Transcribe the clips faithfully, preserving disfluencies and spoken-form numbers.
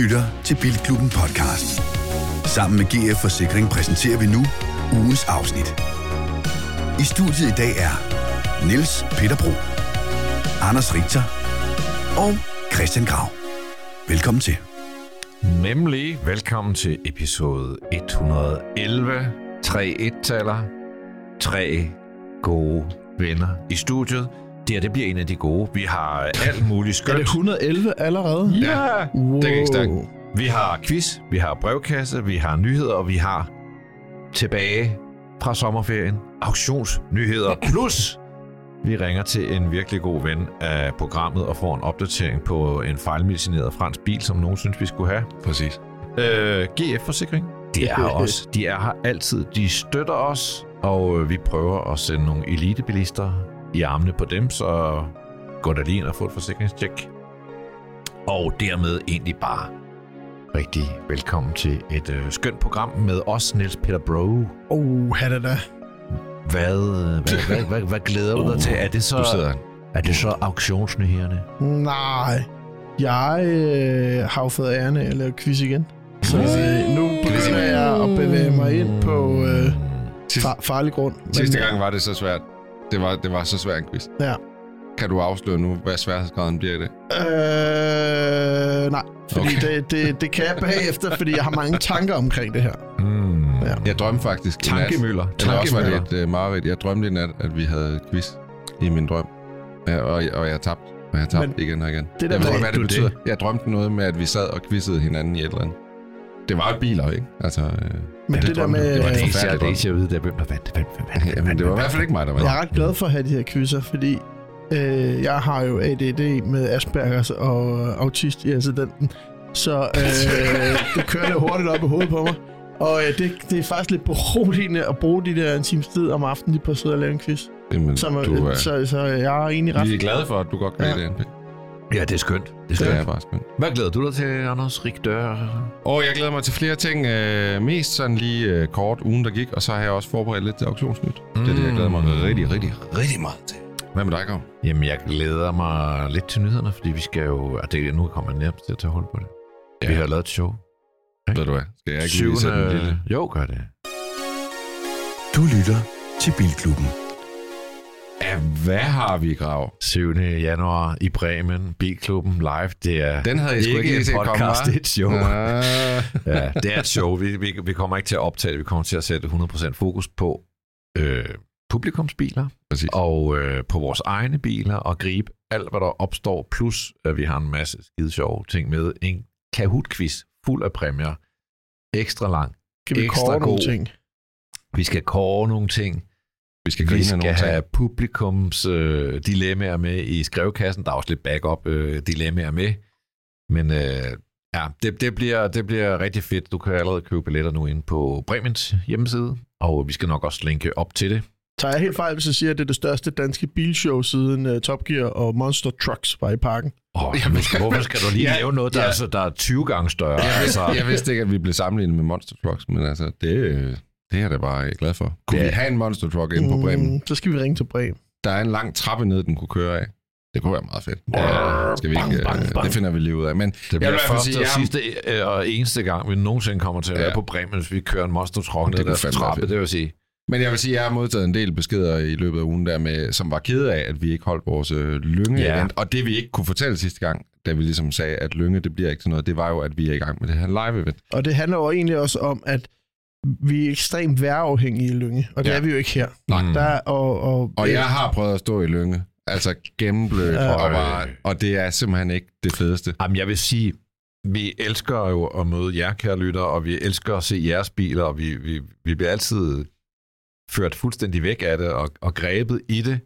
lytter til Bilklubben podcast. Sammen med G F Forsikring præsenterer vi nu ugens afsnit. I studiet i dag er Niels Peter Bro, Anders Richter og Christian Grav. Velkommen til. Nemlig velkommen til episode et hundrede og elleve. Tre et-taller. Tre gode venner i studiet. Det her, det bliver en af de gode. Vi har alt muligt skønt. Er det et hundrede og elleve allerede? Ja, wow. Det er ikke stærkt. Vi har quiz, vi har brevkasse, vi har nyheder, og vi har tilbage fra sommerferien auktionsnyheder. Plus, vi ringer til en virkelig god ven af programmet og får en opdatering på en fejlmedicineret fransk bil, som nogen synes, vi skulle have. Præcis. Øh, G F Forsikring. De er her også. De er her altid. De støtter os, og vi prøver at sende nogle elitebilister i armene på dem, så gå der lige ind og få et forsikringstjek. Og dermed egentlig bare rigtig velkommen til et øh, skønt program med os, Niels Peter Bro. Oh, ha' det da. Hvad, hvad, hvad, hvad, hvad glæder du dig til? Er det så, er det så auktionsnyhederne? Nej, jeg øh, har jo fået æren af at lave quiz igen. Så øh, nu begynder jeg at bevæge mig ind på øh, far, farlig grund. Sidste gang var det så svært. Det var, det var så svært en quiz. Ja. Kan du afsløre nu, hvad sværhedsgraden bliver i det? Øh, nej, fordi okay. det, det, det kan jeg bagefter, fordi jeg har mange tanker omkring det her. Mm. Ja. Jeg drømte faktisk Tankemøller. Eller også var det et uh, mareridt. Jeg drømte i nat, at vi havde quiz i min drøm. Ja, og, og jeg tabte. Og jeg tabte igen og igen. Det der jeg ved med, hvad det betyder. Det? Jeg drømte noget med, at vi sad og quizzede hinanden i et eller andet. Det var et biler, ikke? Altså, øh, men det, det der med... Det var et forfærdeligt. Det er ikke, jeg ved, hvem der vandt. Hvem, hvem, hvem, Jamen, det var i hvert fald ikke mig, der vandt. Jeg er ret glad for at have de her quizzer, fordi øh, jeg har jo A D D med Aspergers og autist i incidenten. Så øh, det kører lidt hurtigt op i hovedet på mig. Og øh, det, det er faktisk lidt beroligende at bruge de der en times tid om aftenen lige på at sidde og lave en quiz. Jamen, så, du, øh, så, så jeg er egentlig ret... Vi er glade for, at du godt kan lide det. Ja, det er skønt. Det er, skønt. Det er faktisk skønt. Hvad glæder du dig til, Anders Richter? Og jeg glæder mig til flere ting. Øh, mest sådan lige øh, kort ugen, der gik. Og så har jeg også forberedt lidt til auktionsnyt. Mm. Det er det, jeg glæder mig rigtig, rigtig, rigtig meget til. Hvad med dig, Grav? Jamen, jeg glæder mig lidt til nyhederne, fordi vi skal jo... At det, nu kommer jeg nærmest til at tage hold på det. Ja. Vi har lavet et show. Okay. Ved du hvad? Skal jeg ikke lige sætte en lille... Jo, gør det. Du lytter til Bilklubben. Ja, hvad har vi, Grav? syvende januar i Bremen, Bilklubben live. Det er Den havde jeg sgu ikke en podcast, det er et show. Ah. Ja, det er et show. Vi, vi, vi kommer ikke til at optage det. Vi kommer til at sætte hundrede procent fokus på øh, publikumsbiler. Præcis. Og øh, på vores egne biler og gribe alt, hvad der opstår. Plus, at vi har en masse skide sjove ting med. En Kahoot-quiz fuld af præmier. Ekstra lang. Kan vi ekstra kåre god. nogle ting? Vi skal kåre nogle ting. Vi skal, vi skal have publikums øh, dilemmaer med i skrevkassen. Der er også lidt backup øh, dilemmaer med. Men øh, ja, det, det, bliver, det bliver rigtig fedt. Du kan allerede købe billetter nu inde på Bremens hjemmeside. Og vi skal nok også linke op til det. Tager jeg helt fejl, hvis jeg siger, at det er det største danske bilshow siden uh, Top Gear og Monster Trucks var i parken? Oh, jamen, hvorfor skal du lige nævne noget, der, ja. altså, der er tyve gange større? Jeg vidste, altså. jeg vidste ikke, at vi blev sammenlignet med Monster Trucks, men altså, det, det er jeg da bare glad for. Kunne ja. vi have en Monster Truck inde på Bremen? Mm, så skal vi ringe til Bremen. Der er en lang trappe ned, den kunne køre af. Det kunne være meget fedt. Ja. Skal vi ikke, bang, bang, bang. Det finder vi lige ud af. Men det bliver første sige, og sidste og eneste gang, vi nogensinde kommer til at være ja. på Bremen, hvis vi kører en Monster Truck ned der trappe, det vil sige. Men jeg vil sige, at jeg har modtaget en del beskeder i løbet af ugen, der med, som var kede af, at vi ikke holdt vores øh, Lynge-event. Ja. Og det vi ikke kunne fortælle sidste gang, da vi ligesom sagde, at Lynge, det bliver ikke til noget, det var jo, at vi er i gang med det her live-event. Og det handler jo egentlig også om, at vi er ekstremt vejrafhængige i Lynge, og det ja. er vi jo ikke her. Nej. Der, og, og, og jeg har prøvet at stå i Lynge, altså gennemblødt, ja. og, bare, og det er simpelthen ikke det fedeste. Jamen, jeg vil sige, vi elsker jo at møde jer, kære lyttere, og vi elsker at se jeres biler, og vi, vi, vi bliver altid ført fuldstændig væk af det og, og grebet i det.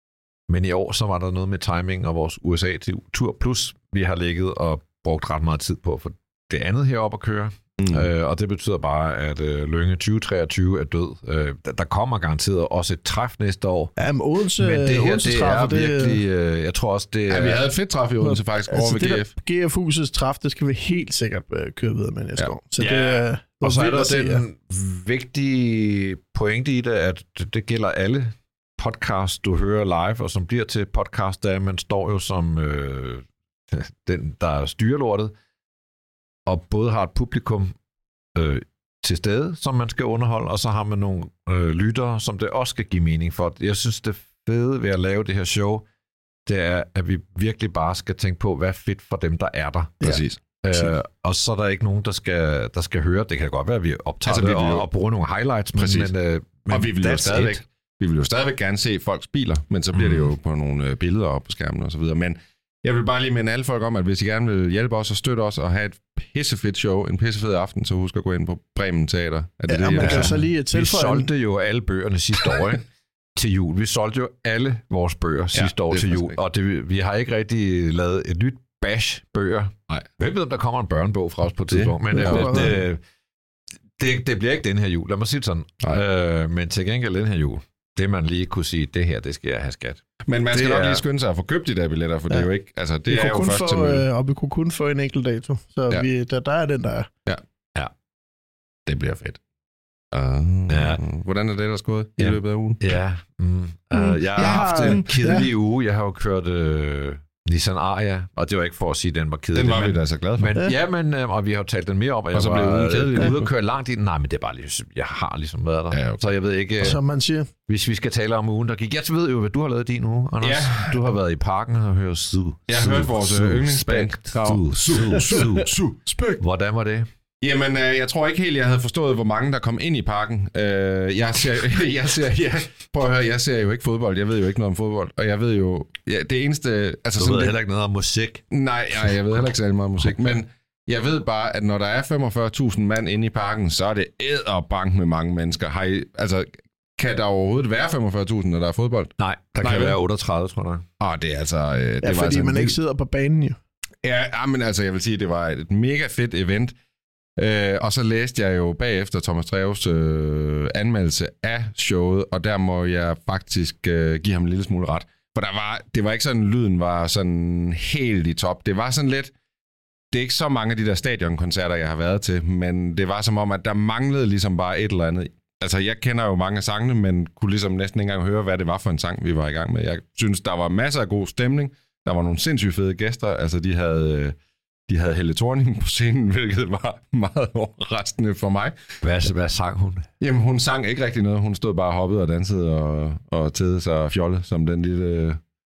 Men i år så var der noget med timing og vores U S A-tur. Plus vi har ligget og brugt ret meget tid på at få det andet heroppe at køre. Mm. Øh, og det betyder bare, at øh, Lynge tyve treogtyve er død. Øh, der, der kommer garanteret også et træf næste år. Ja, men Odense, men det her, Odense det træf, er virkelig... Øh, jeg tror også, det er... Ja, vi havde et fedt træf i Odense faktisk altså, over ved G F. G F-husets træf, det skal vi helt sikkert øh, køre videre med næste ja. år. Så ja. det, og så er der den ja. vigtige pointe i det, at det gælder alle podcasts, du hører live, og som bliver til podcast, der man står jo som øh, den, der styrer lortet. og både har et publikum øh, til stede, som man skal underholde, og så har man nogle øh, lyttere, som det også skal give mening for. Jeg synes, det fede ved at lave det her show, det er, at vi virkelig bare skal tænke på, hvad er fedt for dem, der er der. Præcis. Øh, og så er der ikke nogen, der skal, der skal høre. Det kan godt være, at vi optager altså, vi det og, jo... og bruger nogle highlights. Præcis. Men, øh, men og vi vil, jo stadigvæk, vi vil jo stadigvæk gerne se folks biler, men så bliver mm. det jo på nogle øh, billeder op på skærmen og så videre. Men jeg vil bare lige minde alle folk om, at hvis I gerne vil hjælpe os og støtte os og have et pissefedt show, en pissefed aften, så husk at gå ind på Bremen Teater. Er det ja, det, man kan så lige vi solgte jo alle bøgerne sidste år, ikke? Til jul. Vi solgte jo alle vores bøger sidste ja, år til jul, og det, vi har ikke rigtig lavet et nyt bash bøger. Nej. Hvem ved, om der kommer en børnebog fra os på et tidspunkt, men ja, øh, det, det, det bliver ikke den her jul. Lad mig sige det sådan. Øh, men til gengæld den her jul, det man lige kunne sige, det her, det skal jeg have skat. Men man skal det nok er... lige skynde sig at få købt de der billetter, for ja. det er jo ikke, altså det vi er jo først få, til møde. øh, og vi kunne kun få en enkelt dato, så ja. vi, der, der er den, der er. Ja. ja. Det bliver fedt. Uh, ja. Hvordan er det ellers gået ja. i løbet af ugen? Ja, mm. uh, jeg har jeg haft en kedelig ja. uge. Jeg har jo kørt øh, Nissan Ariya, og det var ikke for at sige, at den var kedelig. Den var men, vi da så glade for. Men, ja, ja men, øh, og vi har jo talt den mere op, og, og jeg så blev ugen kedelig. Jeg ude og køre langt i den. Nej, men det er bare lige, jeg har ligesom været der. Ja, okay. Så jeg ved ikke... Som man siger. Hvis vi skal tale om ugen, der gik... Jeg ved jo, hvad du har lavet din uge, Anders. Ja. Du har været i parken og hørt Su. Jeg har hørt vores yndlingsband. Su, Su, Su, Su, Spæk. Hvordan var det? Jamen, øh, jeg tror ikke helt, jeg havde forstået, hvor mange der kom ind i parken. Øh, jeg ser, jeg ser, ja, prøv at høre, jeg ser jo ikke fodbold. Jeg ved jo ikke noget om fodbold. Og jeg ved jo, ja, det eneste... Altså, du sådan ved det, heller ikke noget om musik. Nej, nej, jeg ved heller ikke særlig meget om musik. Men jeg ved bare, at når der er femogfyrre tusind mand inde i parken, så er det æderbank med mange mennesker. Har I, altså, kan der overhovedet være femogfyrre tusind, når der er fodbold? Nej, der nej, kan være otteogtredive, tror jeg. Åh, det er altså... Øh, det ja, var fordi altså man ikke sidder på banen, jo. Ja, men altså, jeg vil sige, det var et mega fedt event. Øh, og så læste jeg jo bagefter Thomas Treves øh, anmeldelse af showet, og der må jeg faktisk øh, give ham en lille smule ret. For der var, det var ikke sådan, lyden var sådan helt i top. Det var sådan lidt, det er ikke så mange af de der stadionkoncerter, jeg har været til, men det var som om, at der manglede ligesom bare et eller andet. Altså, jeg kender jo mange af sangene, men kunne ligesom næsten ikke engang høre, hvad det var for en sang, vi var i gang med. Jeg synes, der var masser af god stemning. Der var nogle sindssygt fede gæster. Altså, de havde... Øh, De havde Helle Thorning på scenen, hvilket var meget overraskende for mig. Hvad, hvad sang hun? Jamen, hun sang ikke rigtig noget. Hun stod bare og hoppede og dansede og, og tædede sig og fjolle, som den lille...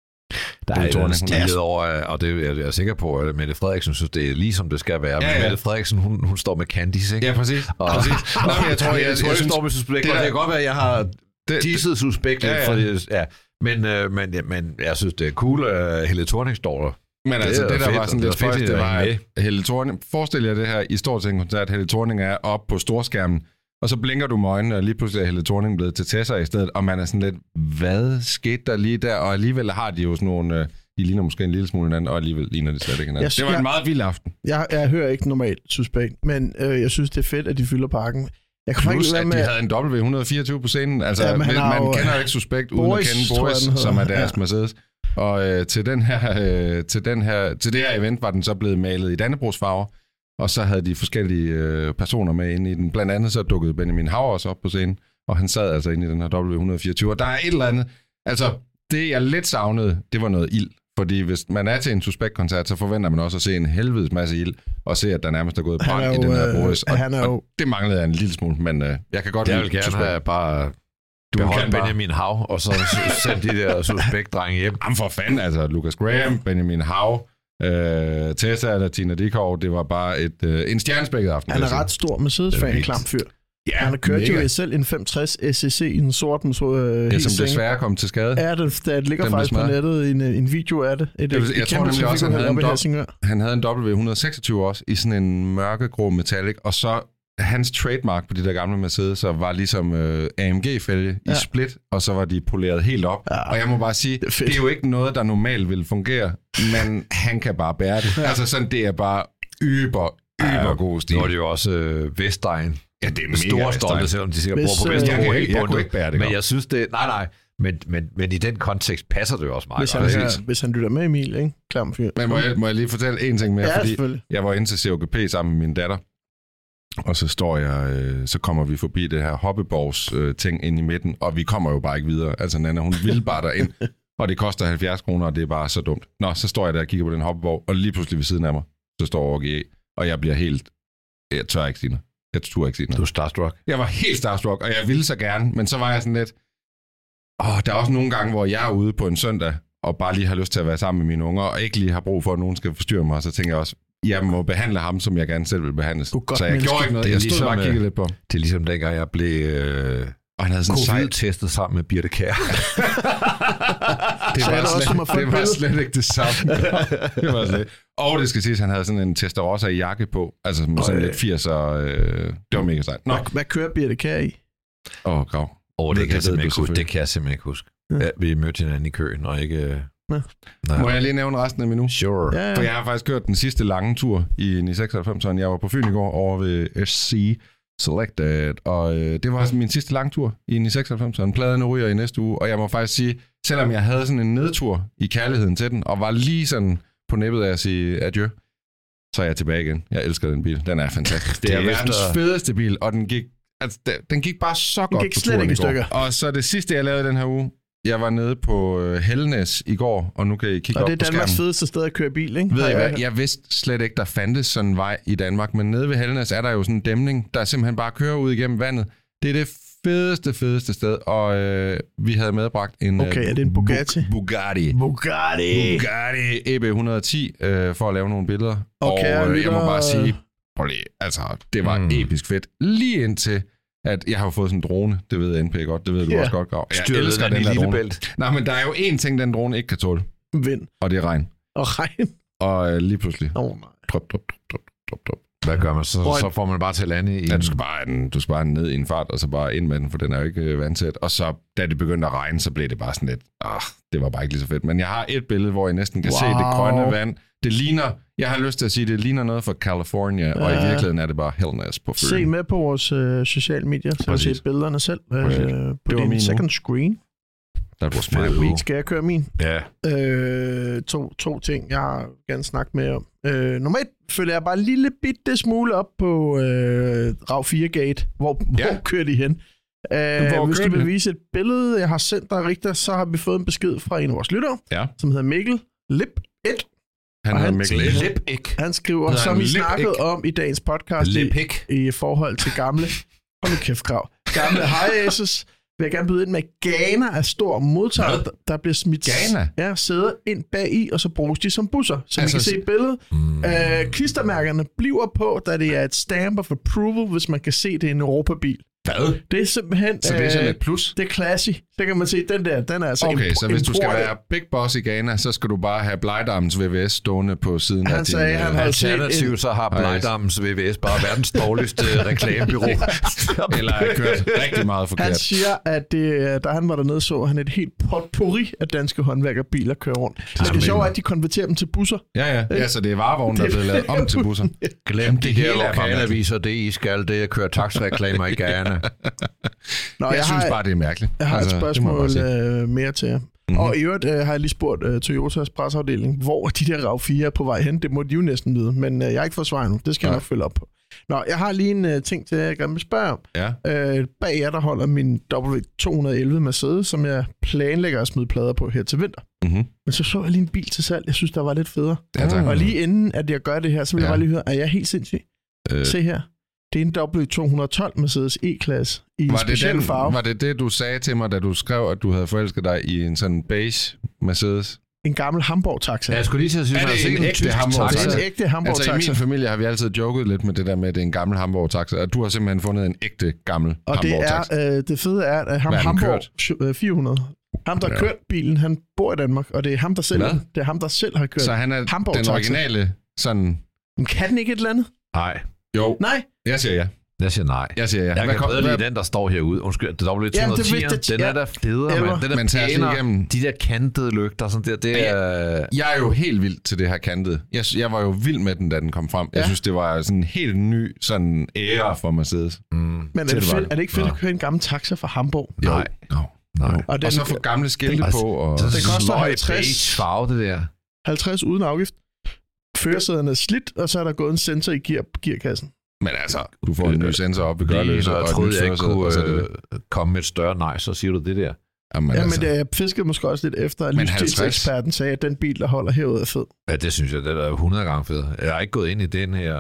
Der er en stillet over, og det er jeg sikker på, at Mette Frederiksen synes, det er lige som det skal være. Ja, ja. Men Mette Frederiksen, hun, hun står med Candice, ikke? Ja, præcis. Og, præcis. Nå, men jeg tror, jeg, jeg, jeg, jeg synes, står med Suspekt. Det, det kan godt være, at jeg har disset Suspekt lidt, ja, ja. Fordi, ja. Men, øh, men, ja, men jeg synes, det er cool, at Helle Thorning står der. Men altså, det, det der fedt, var sådan lidt spøjst, det var, at Helle Thorning... Forestil jer det her i stort set en koncert, Helle Thorning er oppe på storskærmen, og så blinker du med øjnene, og lige pludselig er Helle Thorning blevet til Tessa i stedet, og man er sådan lidt, hvad skete der lige der? Og alligevel har de jo sådan nogle... De ligner måske en lille smule hinanden, og alligevel ligner de slet ikke hinanden. Jeg, det var jeg, en meget vild aften. Jeg, jeg hører ikke normalt Suspekt, men øh, jeg synes, det er fedt, at de fylder parken. Jeg kan Plus, ikke at med... de havde en W et hundrede og fireogtyve på scenen. Altså, ja, man, man jo, kender ikke Suspekt uden Boris, at kende Boris, som er deres ja. Mercedes. Og øh, til, den her, øh, til, den her, til det her event var den så blevet malet i Dannebrogsfarver, og så havde de forskellige øh, personer med inde i den. Blandt andet så dukkede Benjamin Hauer også op på scenen, og han sad altså inde i den her W et hundrede og fireogtyve. Og der er et eller andet... Altså, det jeg lidt savnede, det var noget ild. Fordi hvis man er til en Suspekt-koncert, så forventer man også at se en helvedes masse ild, og se, at der nærmest er gået brand i den her Boris. Og, han er jo... og det manglede jeg en lille smule, men øh, jeg kan godt jeg lide vil gerne Suspekt. have bare... Du beholdt Benjamin Hav, og så sendte de der Suspekt-drenge hjem. Jamen for fanden, altså Lucas Graham, Benjamin Hav, øh, Tessa eller Tina Dikov, det var bare et, øh, en stjernespækket aften. Han er ret stor Mercedes-fan, en klam fyr. Ja, han har kørt mega. Jo selv en fem tres S E C i en sort med så øh, ja, som desværre kom til skade. Ja, det, det ligger den faktisk på nettet en, en video af det. Et, jeg, jeg, jeg tror nemlig også, han havde, en dob- han havde en W et hundrede og seksogtyve også, i sådan en mørkegrå metallic, og så hans trademark på de der gamle Mercedes'er var ligesom øh, A M G-fælge ja. I split, og så var de poleret helt op. Ja. Og jeg må bare sige, det er, det er jo ikke noget, der normalt vil fungere, men han kan bare bære det. Ja. Altså sådan, det er bare yber, yber ja, god stil. Nu er det jo også øh, Vestegn. Ja, det er mega store stolte, selvom de sikkert bor på Vesterbro. Jeg, jeg, jeg kunne ikke bære det. Men jeg synes det... Nej, nej. Men, men, men i den kontekst passer det jo også meget. Hvis han, er, hvis han lytter med Emil, ikke? Klam fyr. Men må jeg, må jeg lige fortælle en ting mere? Ja, fordi jeg var inde til C O G P sammen med min datter, og så står jeg, øh, så kommer vi forbi det her Hoppeborgs øh, ting ind i midten, og vi kommer jo bare ikke videre. Altså Nana, hun vil bare derind, og det koster halvfjerds kroner, og det er bare så dumt. Nå, så står jeg der og kigger på den Hoppeborg, og lige pludselig ved siden af mig, så står O G E. og jeg bliver helt... Jeg tør ikke sige noget. Jeg tør ikke sige noget. Du er starstruck. Jeg var helt starstruck, og jeg ville så gerne, men så var jeg sådan lidt... Åh, der er også nogle gange, hvor jeg er ude på en søndag, og bare lige har lyst til at være sammen med mine unger, og ikke lige har brug for, at nogen skal forstyrre mig, og så tænker jeg også, jeg må behandle ham, som jeg gerne selv vil behandles. Så jeg menneske. gjorde ikke noget. Jeg stod ligesom, bare og kiggede lidt på. Det er ligesom dengang, jeg blev øh, og han havde sådan covid-testet sammen med Birte Kjær. det var, slet, også, det var slet ikke det samme. det var slet. Og det skal siges, at han havde sådan en Testarossa jakke på, altså med sådan øh. lidt firser. Øh, det var mega sejt. Hvad, hvad kører Birte Kjær i? Åh, oh, grav. Oh, det, det, kan jeg ikke, det kan jeg simpelthen ikke huske. Ja. Ja, vi mødte hinanden i køen, og ikke... Ja. Må jeg lige nævne resten af min Sure. Ja, ja. For jeg har faktisk kørt den sidste lange tur i ni seksoghalvfems. Jeg var på Fyn i går over ved S C Selected, og øh, det var altså min sidste lange tur i ni seksoghalvfems. Pladerne ryger i næste uge, og jeg må faktisk sige, selvom jeg havde sådan en nedtur i kærligheden til den, og var lige sådan på nippet af at sige adieu, så er jeg tilbage igen. Jeg elsker den bil. Den er fantastisk. Det er det verdens efter... fedeste bil, og den gik, altså, den gik bare så den godt gik på slet turen ikke i går. stykker. Og så det sidste, jeg lavede den her uge, jeg var nede på Hellenæs i går, og nu kan I kigge op på skærmen. Og det er Danmarks fedeste sted at køre bil, ikke? Ved I hvad? Jeg vidste slet ikke, der fandtes sådan en vej i Danmark, men nede ved Hellenæs er der jo sådan en dæmning, der simpelthen bare kører ud igennem vandet. Det er det fedeste, fedeste sted, og øh, vi havde medbragt en... Okay, er det en Bugatti? Bu- Bugatti. Bugatti. Bugatti E B et hundrede og ti øh, for at lave nogle billeder. Okay, og øh, lytter... jeg må bare sige, lige, altså, det var mm. episk fedt. Lige indtil... at jeg har fået sådan en drone, det ved N P godt, det ved du yeah. også godt, Grav. Jeg Styrede elsker den, den der drone. Bælt. Nej, men der er jo én ting, den drone ikke kan tåle. Vind. Og det er regn. Og regn. Og øh, lige pludselig. Åh, oh, nej. Drop, drop, drop, drop, drop, drop. Hvad gør man? Så, så får man bare til at lande i... Ja, du skal bare den, du skal bare ned i en fart, og så bare ind med den, for den er jo ikke øh, vandsæt. Og så, da det begyndte at regne, så blev det bare sådan lidt... Ah, det var bare ikke lige så fedt. Men jeg har et billede, hvor jeg næsten kan wow. se det grønne vand. Det ligner... Jeg har lyst til at sige, det ligner noget fra California, ja. Og i virkeligheden er det bare Hellenæs på Fyn. Se med på vores øh, sociale medier, så har se billederne selv øh, på det din second nu. Screen. That was my week. Skal jeg køre min? Ja. Øh, to, to ting, jeg har gerne snakket med om. Øh, normalt følger jeg bare en lille bitte smule op på øh, RAV fire Gate. Hvor, ja. hvor kører de hen? Øh, hvis du vil vise et billede, jeg har sendt dig, Richter, så har vi fået en besked fra en af vores lyttere, ja. Som hedder Mikkel Lip et. Han, han, Mikkel. han skriver, han som vi snakkede om i dagens podcast i, i forhold til gamle, hold nu kæft, Grav, gamle Hi-Aces, vil jeg gerne byde ind med Ghana af stor modtager, der, der bliver smidt ja, sæder ind bag i, og så bruges de som busser. Så altså, vi kan se billedet. Mm. Øh, klistermærkerne bliver på, da det er et stamp of approval, hvis man kan se, det er en Europabil. Hvad? Det er simpelthen... Så det er sådan et plus? Det er classy. Så kan man se, den der, den er altså... Okay, imp- så hvis du skal importet. være big boss i Ghana, så skal du bare have Blegdarmens V V S stående på siden han af sagde, din... Han uh, alternativt, så har Blegdarmens V V S bare verdens dårligste reklamebyrå. Eller har kørt rigtig meget forkert. Han siger, at det, da han var dernede, så han et helt potpourri af danske håndværkerbiler køre rundt. Det er, det er sjovt, at de konverterer dem til busser. Ja, ja. Ja, så det er varevognen, der er blevet lavet om til busser. Glem de her lokalaviser, det I skal, det er at køre taxareklamer i Ghana. Nå, jeg, jeg synes har, bare, det er mærkeligt. Jeg har altså, et spørgsmål øh, mere til jer. Mm-hmm. Og i øvrigt øh, har jeg lige spurgt øh, Toyotas presseafdeling, hvor de der RAV fire er på vej hen. Det må de jo næsten vide, men øh, jeg har ikke fået svar nu. Det skal ja. jeg nok følge op på. Nå, jeg har lige en øh, ting til, jeg gerne vil spørge om. Ja. Øh, bag jer, der holder min W to hundrede og elleve Mercedes, som jeg planlægger at smide plader på her til vinter. Mm-hmm. Men så så jeg lige en bil til salg. Jeg synes, der var lidt federe. Ja, og lige inden, at jeg gør det her, så vil ja. jeg bare lige høre, er jeg helt sindssyg? Øh. Se her. Det er en W to hundrede og tolv Mercedes E-klasse i en speciel farve. Var det det, du sagde til mig, da du skrev, at du havde forelsket dig i en sådan beige Mercedes? En gammel Hamburg-taxa. Ja, jeg skulle lige til at sige, er det en, en ægte Hamburg-taxa? Det er en ægte Hamburg-taxa. Altså i min familie har vi altid joket lidt med det der med, at det er en gammel Hamburg-taxa, og du har simpelthen fundet en ægte gammel og Hamburg-taxa. Og det, øh, det fede er, at ham Hamburg fire hundrede, ham der har kørt bilen, han bor i Danmark, og det er ham, der selv, det er ham, der selv har kørt. Så han er den originale sådan... Men kan den ikke et eller andet? Nej. Jo. Nej. Jeg siger ja. Jeg siger nej. Jeg siger ja. Jeg kan bedre lide den, der står herude. Undskyld, det W to hundrede og ti, ja, den er der federe, mand. Den er pænere. De der kantede lygter, sådan der, det er... Jeg er jo helt vild til det her kantede. Jeg, jeg var jo vild med den, da den kom frem. Jeg ja. synes, det var sådan en helt ny sådan æra for Mercedes. Mm. Men er det, det, fedt, er det ikke fedt ja. at køre en gammel taxa fra Hamburg? Jo. Nej. No. Nej. Og, og så få gamle skilte på. Og... Så det koster halvtreds farve, det der. halvtreds uden afgift. Førersæderne er slidt, og så er der gået en sensor i gear, gearkassen. Men altså, du får en ny sensor op ved Gørløse. Jeg troede, jeg ikke kunne øh, komme med et større nej, så siger du det der. Jamen, ja, altså. Men det, jeg fiskede måske også lidt efter, at livsstilseksperten sagde, at den bil, der holder herude, er fed. Ja, det synes jeg, det er hundrede gange fed. Jeg har ikke gået ind i den her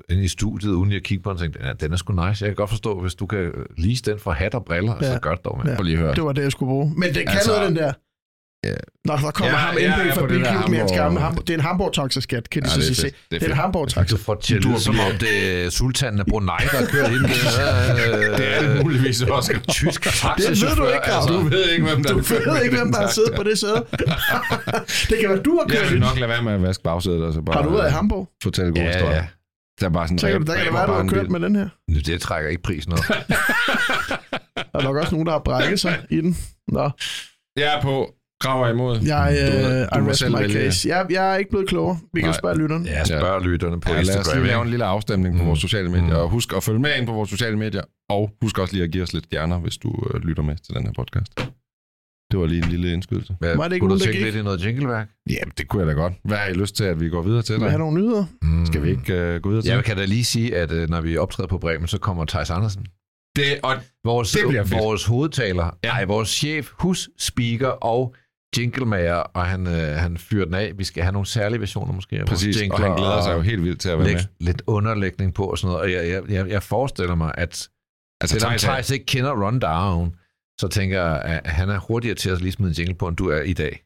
ind i studiet, uden at kigge på den, og tænkte, ja, den er sgu nice. Jeg kan godt forstå, hvis du kan lease den for hat og briller, ja. så gør det dog, man. Ja. Lige høre. Det var det, jeg skulle bruge. Men det kan altså, noget, den der. Ja. Når der kommer ja, ham ja, indblik ja, fra Bilklub med hans gamle Hamburg. Hamburg. Det er en Hamburg-taxa-skat, kan de Ja, så det er sige. fedt. Det er Det er en fedt. Hamburg-taxa. Du får til at lyde, som om det er sultanen af Brunei, der har kørt ind. Det er det muligvis også. Tysk taxachauffør. Det ved du ikke, Carl. Du ved ikke, hvem der, Du ved ikke, hvem der har siddet på det sæde. Det kan være, du har kørt Jeg vil ind. nok lade være med at vaske bagsædet, og så bare Har du været i Hamburg? fortælle gode Ja, historier. ja. Der er bare sådan Så kan, der kan det være, du har kørt med den her. Det trækker ikke prisen op. Der er nok også nogen, der har brækket sig i den. Nå, Jeg er på. Graver imod. jeg Du- uh, du må I rest selv my vælge. case. Jeg, jeg er ikke blevet klogere. Vi kan Nej. spørge lytterne. Ja, spørg lytterne på Ja, lad os Instagram. lige lave ikke? en lille afstemning på Mm. vores sociale medier, Mm. og husk at følge med ind på vores sociale medier, og husk også lige at give os lidt stjerner, hvis du øh, lytter med til den her podcast. Det var lige en lille indskydelse. Hvad, Var det ikke kunne du nogen, der tænke gik? lidt i noget jingleværk? Jamen, det kunne jeg da godt. Hvad har I lyst til, at vi går videre til Vil vi dig? have nogle nyheder? Mm. Skal vi ikke øh, gå videre til Jeg kan da lige sige, at øh, når vi optræder på Bremen, så kommer Thijs Andersen. det? Og Vores, Det bliver fedt. vores hovedtaler, ja. Ej, vores chef, husspeaker og jinglemager, og han, øh, han fyrer den af. Vi skal have nogle særlige versioner måske. af vores præcis, og jingler, han glæder sig jo helt vildt til at være læg, med. lidt underlægning på og sådan noget. Og jeg, jeg, jeg, jeg forestiller mig, at Altså, selvom Thijs er- Thijs ikke kender Rundown, så tænker jeg, at han er hurtigere til at lige smide en jingle på, end du er i dag.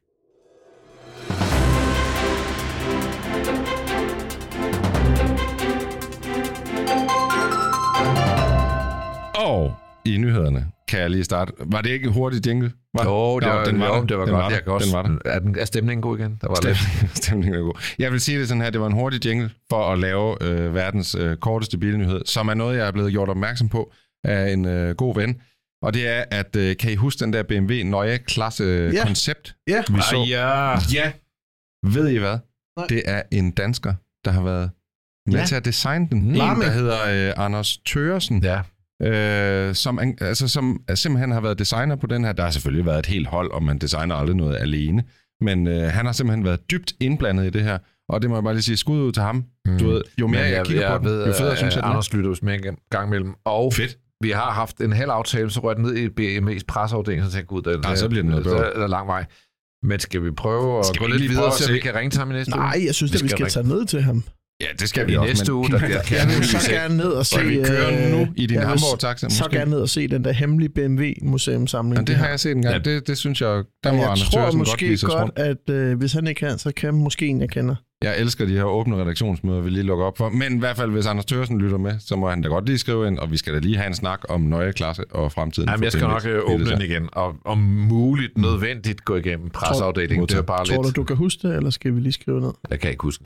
Og i nyhederne kan jeg lige starte. Var det ikke hurtigt jingle? Var? Jo, det var, den var, jo, der. det var den godt. Var Jeg kan også, den var der. er, den, er stemningen god igen? Der var lidt. Stemningen er god. Jeg vil sige det sådan her, det var en hurtig jingle for at lave øh, verdens øh, korteste bilnyhed, som er noget, jeg er blevet gjort opmærksom på af en øh, god ven. Og det er, at øh, kan I huske den der B M W Neue Klasse Ja. koncept, Ja. vi så? Ah, ja. Ja. Ved I hvad? Nej. Det er en dansker, der har været med Ja. til at designe den. Mm. En, der hedder øh, Anders Thøgersen. Ja. Øh, som, altså, som simpelthen har været designer på den her. Der har selvfølgelig været et helt hold, og man designer aldrig noget alene. Men øh, han har simpelthen været dybt indblandet i det her. Og det må jeg bare lige sige, skud ud til ham. Mm. Du ved, jo mere Men jeg, jeg kigger jeg på den, ved, jo federe synes jeg, den er. Anders lytter hos mig en gang imellem. Og Fedt. vi har haft en halv aftale, så røg den ned i B M W's presseafdeling, så tænkte jeg, gud, der, Ja, så bliver det noget der, bøvl. der, der er lang vej. Men skal vi prøve at Skal gå vi lidt lige videre, prøve at så se? vi kan ringe til ham i næste uge? Nej, jeg synes, Vi at vi skal skal ringe. tage ned til ham. Ja, det skal vi I også. næste men- uge, der, der Jeg kan vil vi så se. gerne ned og se... Skal vi køre øh, nu i din jeg vil Hamburg-taxa? Så gerne ned og se den der hemmelige B M W-museumsamling. Ja, det har jeg set en gang. Det, det synes jeg, der må jeg Anders tror Thøgersen godt måske vise os godt, rundt. at øh, hvis han ikke kan, så kan måske en, jeg kender. Jeg elsker de her åbne redaktionsmøder, vi lige lukker op for. Men i hvert fald, hvis Anders Thøgersen lytter med, så må han da godt lige skrive ind, og vi skal da lige have en snak om Neue Klasse og fremtiden. Jamen, jeg skal nok øh, åbne den igen, og om muligt nødvendigt gå igennem presseafdelingen. Det er bare Tror du, lidt... du kan huske det, eller skal vi lige skrive ned? Jeg kan ikke huske.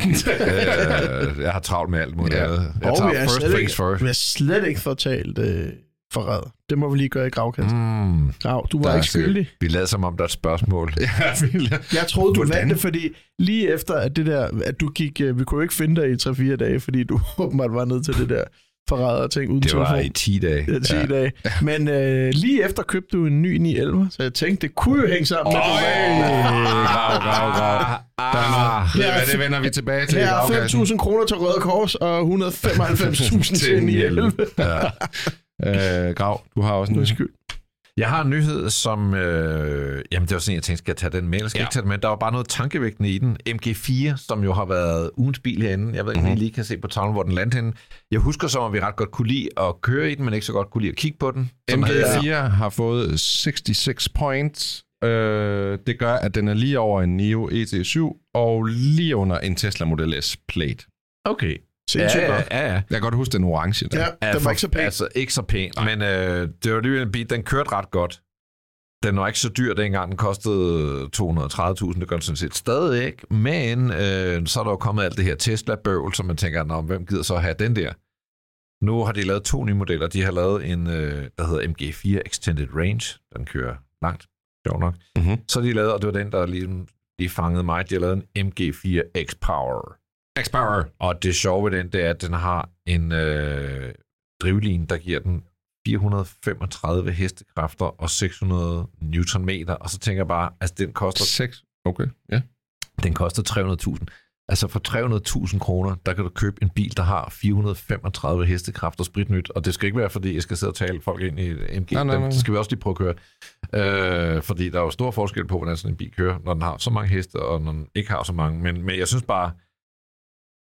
øh, jeg har travlt med alt muligt Ja. andet. Jeg Og tager vi er first slet things ikke, first. vi er slet ikke fortalt øh, forræder. Det må vi lige gøre i gravkassen. Mm. Grav, du Der var er ikke sikkert- skyldig. Vi lader som om, der er et spørgsmål. Ja, vildt. Jeg troede, du Hvordan? vandt det, fordi lige efter at det der, at du gik, øh, vi kunne jo ikke finde dig i tre fire dage, fordi du åbenbart var ned til det der forræder ting uden Det var telefon. i ti dage. Ja, ti dage. Men øh, lige efter købte du en ny ni elleve, så jeg tænkte, det kunne jo hænge sammen med Grav, grav, grav. Der er noget. Ved I hvad, det vender vi tilbage til i Her er fem gravkassen. tusind kroner til Røde Kors og et hundrede og femoghalvfems tusind til en ni elleve. Ja. Øh, Grav, du har også en Undskyld. Jeg har en nyhed, som... Øh, jamen, det var sådan, jeg tænkte, skal jeg tage den med, eller skal jeg Ja. ikke tage den med? Der var bare noget tankevægtende i den. M G fire, som jo har været ugens bil herinde. Jeg ved ikke, om Mhm. I lige kan se på tavlen, hvor den landte henne. Jeg husker som, at vi ret godt kunne lide at køre i den, men ikke så godt kunne lide at kigge på den. Sådan M G havde jeg- fire har fået seksogtres points. Øh, det gør, at den er lige over en Nio E T syv og lige under en Tesla Model S Plate. Okay. Sindssygt Ja, godt. ja, ja. Jeg kan godt huske den orange der. Ja, Ja, den var ikke så pæn. Altså, ikke så pæn, men øh, det var lige en bil, den kørte ret godt. Den var ikke så dyr dengang, den kostede to hundrede og tredive tusind, det gør den sådan set stadig ikke, men øh, så er der jo kommet alt det her Tesla-bøvl, som man tænker, nå, hvem gider så have den der? Nu har de lavet to nye modeller, de har lavet en, øh, der hedder M G fire Extended Range, den kører langt, sjov nok. Mm-hmm. Så har de lavet, og det var den, der lige, lige fangede mig, de har lavet en M G fire X-Power. X-Power. Og det sjove ved den, det er, at den har en øh, drivline, der giver den fire hundrede og femogtredive hestekræfter og seks hundrede newtonmeter. Og så tænker jeg bare, altså den koster, seks. Okay, ja. den koster tre hundrede tusind. Altså for tre hundrede tusind kroner, der kan du købe en bil, der har fire hundrede og femogtredive hestekræfter spritnyt. Og det skal ikke være, fordi jeg skal sidde og tale folk ind i et M G. Nej, nej, nej. Det skal vi også lige prøve at køre. Øh, fordi der er jo stor forskel på, hvordan sådan en bil kører, når den har så mange heste, og når den ikke har så mange. Men, men jeg synes bare,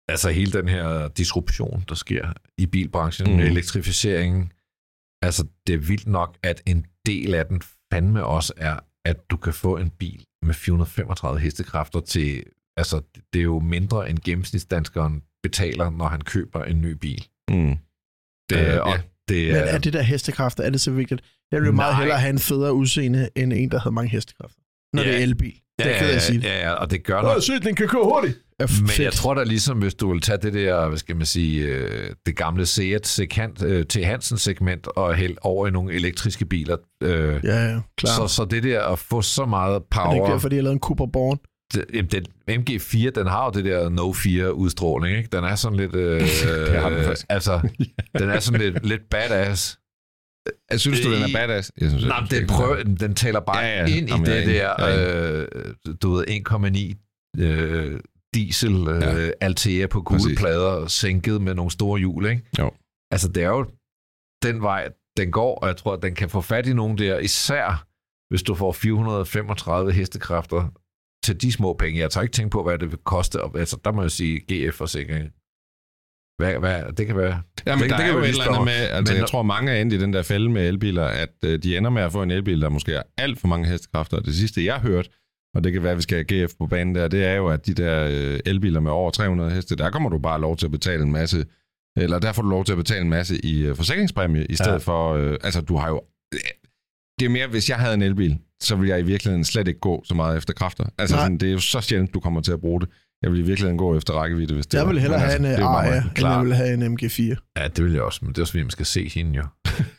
altså hele den her disruption, der sker i bilbranchen, Mm. med elektrificeringen, altså det er vildt nok, at en del af den fandme også er, at du kan få en bil med fire hundrede og femogtredive hestekræfter til, altså det er jo mindre end gennemsnitsdanskeren betaler, når han køber en ny bil. Mm. Det, Øh, og ja. det Men er, er det der hestekræfter, er det så vigtigt? Jeg ville jo meget Nej. hellere have en federe udseende, end en, der havde mange hestekræfter. Når Ja. det er elbil. Det er ja, ked af at sige det. ja, ja, og det gør Åh, nok. sygt, den kan køre hurtigt. Ja, Men fedt. jeg tror da ligesom, hvis du vil tage det der, hvad skal man sige, øh, det gamle Seat Secant øh, til Hansens segment og hælde over i nogle elektriske biler. Øh, Ja, ja, klar. så, så det der at få så meget er det power... ikke derfor, de har lavet en Cooper Born? Det, jamen, den M G fire, den har jo det der No fire udstråling, ikke? Den er sådan lidt... Øh, Det har den faktisk. altså, den er sådan lidt, lidt badass. Jeg synes du, den er badass? Jeg synes, Nej, den, prøver, den taler bare Ja, ja. ind i Jamen, jeg er det enig. der, Jeg er øh, du ved, en komma ni øh, diesel øh, Ja. Altea på gule Præcis. plader, sænket med nogle store hjul, ikke? Jo. Altså, det er jo den vej, den går, og jeg tror, at den kan få fat i nogen der, især hvis du får fire hundrede og femogtredive hestekræfter til de små penge. Jeg tager ikke tænke på, hvad det vil koste. Altså, der må jeg sige G F-forsikring. Hvad, hvad, det kan være... Ja, men det, der det er kan jo vi et lige eller andet spørge. med, altså Men- jeg tror mange er endt i den der fælde med elbiler, at øh, de ender med at få en elbil, der måske har alt for mange hestekræfter. Og det sidste, jeg har hørt, og det kan være, at vi skal have G F på banen der, det er jo, at de der øh, elbiler med over tre hundrede heste, der kommer du bare lov til at betale en masse, eller der får du lov til at betale en masse i øh, forsikringspræmie, i stedet Ja. for, øh, altså du har jo, det er mere, hvis jeg havde en elbil, så ville jeg i virkeligheden slet ikke gå så meget efter kræfter. Altså sådan, det er jo så sjældent, du kommer til at bruge det. Jeg vil i virkeligheden gå efter rækkevidde, hvis det Jeg var. vil hellere Men have altså, en det er jo bare Aria, mig. end Klar. jeg vil have en M G fire. Ja, det vil jeg også, men det er også fordi, man skal se hende jo.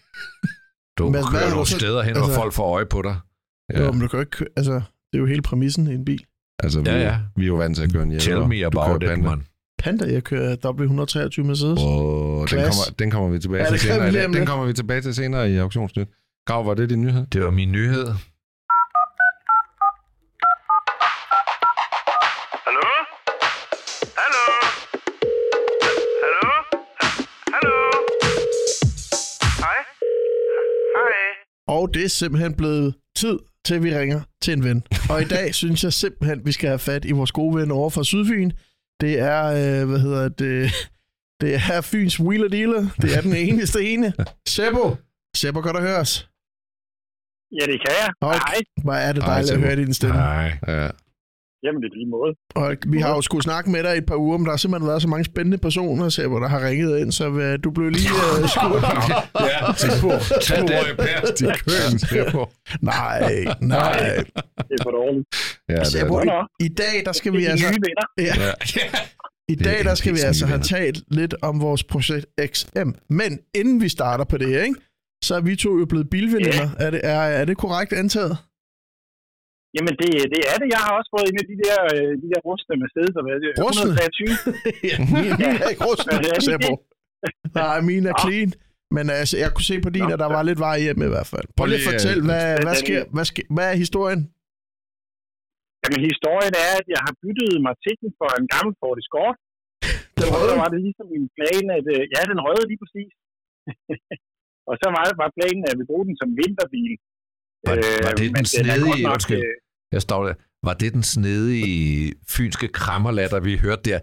Du Men hvad kører er nogle du så- steder hen, altså- hvor folk får øje på dig. Ja. Jo, men du kan jo ikke kø- altså, det er jo hele præmissen i en bil. Altså, vi, Ja, ja. vi er jo vant til at køre en Jaguar. Tell me Du about kører it, Panda. man. Panda, jeg kører W et hundrede og treogtyve Mercedes. Oh, den, Klasse. kommer, den kommer vi tilbage Ja, til det kan senere. vi i lige dag. om Den lidt. kommer vi tilbage til senere i Auktionsnyt. Grav, var det din nyhed? Det var min nyhed. Hallo? Hallo? Hallo? Hallo? Hej? Hej? Og det er simpelthen blevet tid til, at vi ringer til en ven. Og i dag synes jeg simpelthen, vi skal have fat i vores gode ven over fra Sydfyn. Det er, øh, hvad hedder det, det er Fyns Wheeler Dealer. Det er den eneste ene. Seppo. Seppo, kan du høre os? Ja, det kan jeg. Hold, Hej. hvor er det Hej, dejligt at Seppo. høre din stemme. Nej. Ja. Jamen, det er lige måde. Og vi har jo skulle snakke med dig i et par uger, men der har simpelthen været så mange spændende personer, Seppo, der har ringet ind, så øh, du blev lige øh, skudt. Ja, Seppo. To år i pæst i køen, Seppo. Nej, nej. Det er for dårligt. Ja, det er Seppo, det. i, i dag, der skal Det vi er de altså... nye venner. Ja. Ja. I Det dag er der skal vi helt altså nye have venner. talt lidt om vores projekt X M. Men inden vi starter på det, ikke, så er vi to jo blevet bilveninder. Er, det, er, er det korrekt antaget? Jamen, det, det er det. Jeg har også fået en af de der, øh, de der rustne Mercedes. Hvad er det? Rustne? et hundrede og treogtyve. Ja, min, min er ikke rusten, Er det ikke Seppo. Nej, min er Nå. clean. Men altså, jeg kunne se på din, Nå. at der var lidt vej hjem i hvert fald. Prøv lige at lige, fortælle, øh, hvad, den- hvad, den- sker, hvad, sker, hvad er historien? Jamen, historien er, at jeg har byttet mig til den for en gammel Ford Escort. Den Og røde? så var det ligesom min plan, at øh, ja, den røde lige præcis. Og så var det bare planen, at vi bruge den som vinterbil. Var, var det men den den er godt snedige... nok, Undskyld, øh, jeg står der. Var det den snedige fynske krammerlatter, vi hørte der?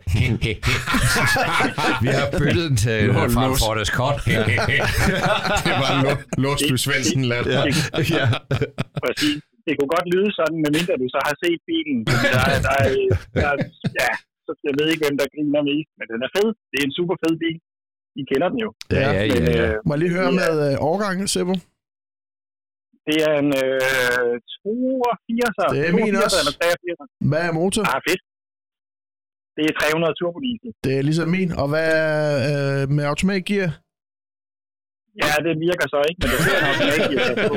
Vi har byttet den til Lå- fra en lås. Ford Escort. Det var Låsby Svendsen lat. Ja. Ja. Præcis. Det kunne godt lyde sådan, medmindre du så har set bilen. Der, er- der, er- der, er- ja, så jeg ved ikke, hvem der griner mest, men den er fed. Det er en super fed bil. I kender den jo. Ja, ja, Men, ja, ja. øh, Må jeg lige høre Ja. med øh, årgangen, Seppo? det er en øh, toogfirs. Det er min også. Eller treogfirs. Hvad er motor? Ah, fedt. Det er tre hundrede turbodiesel. Det er ligesom min. Og hvad er øh, med automatgear? Ja, det virker så ikke, men det er nok ikke.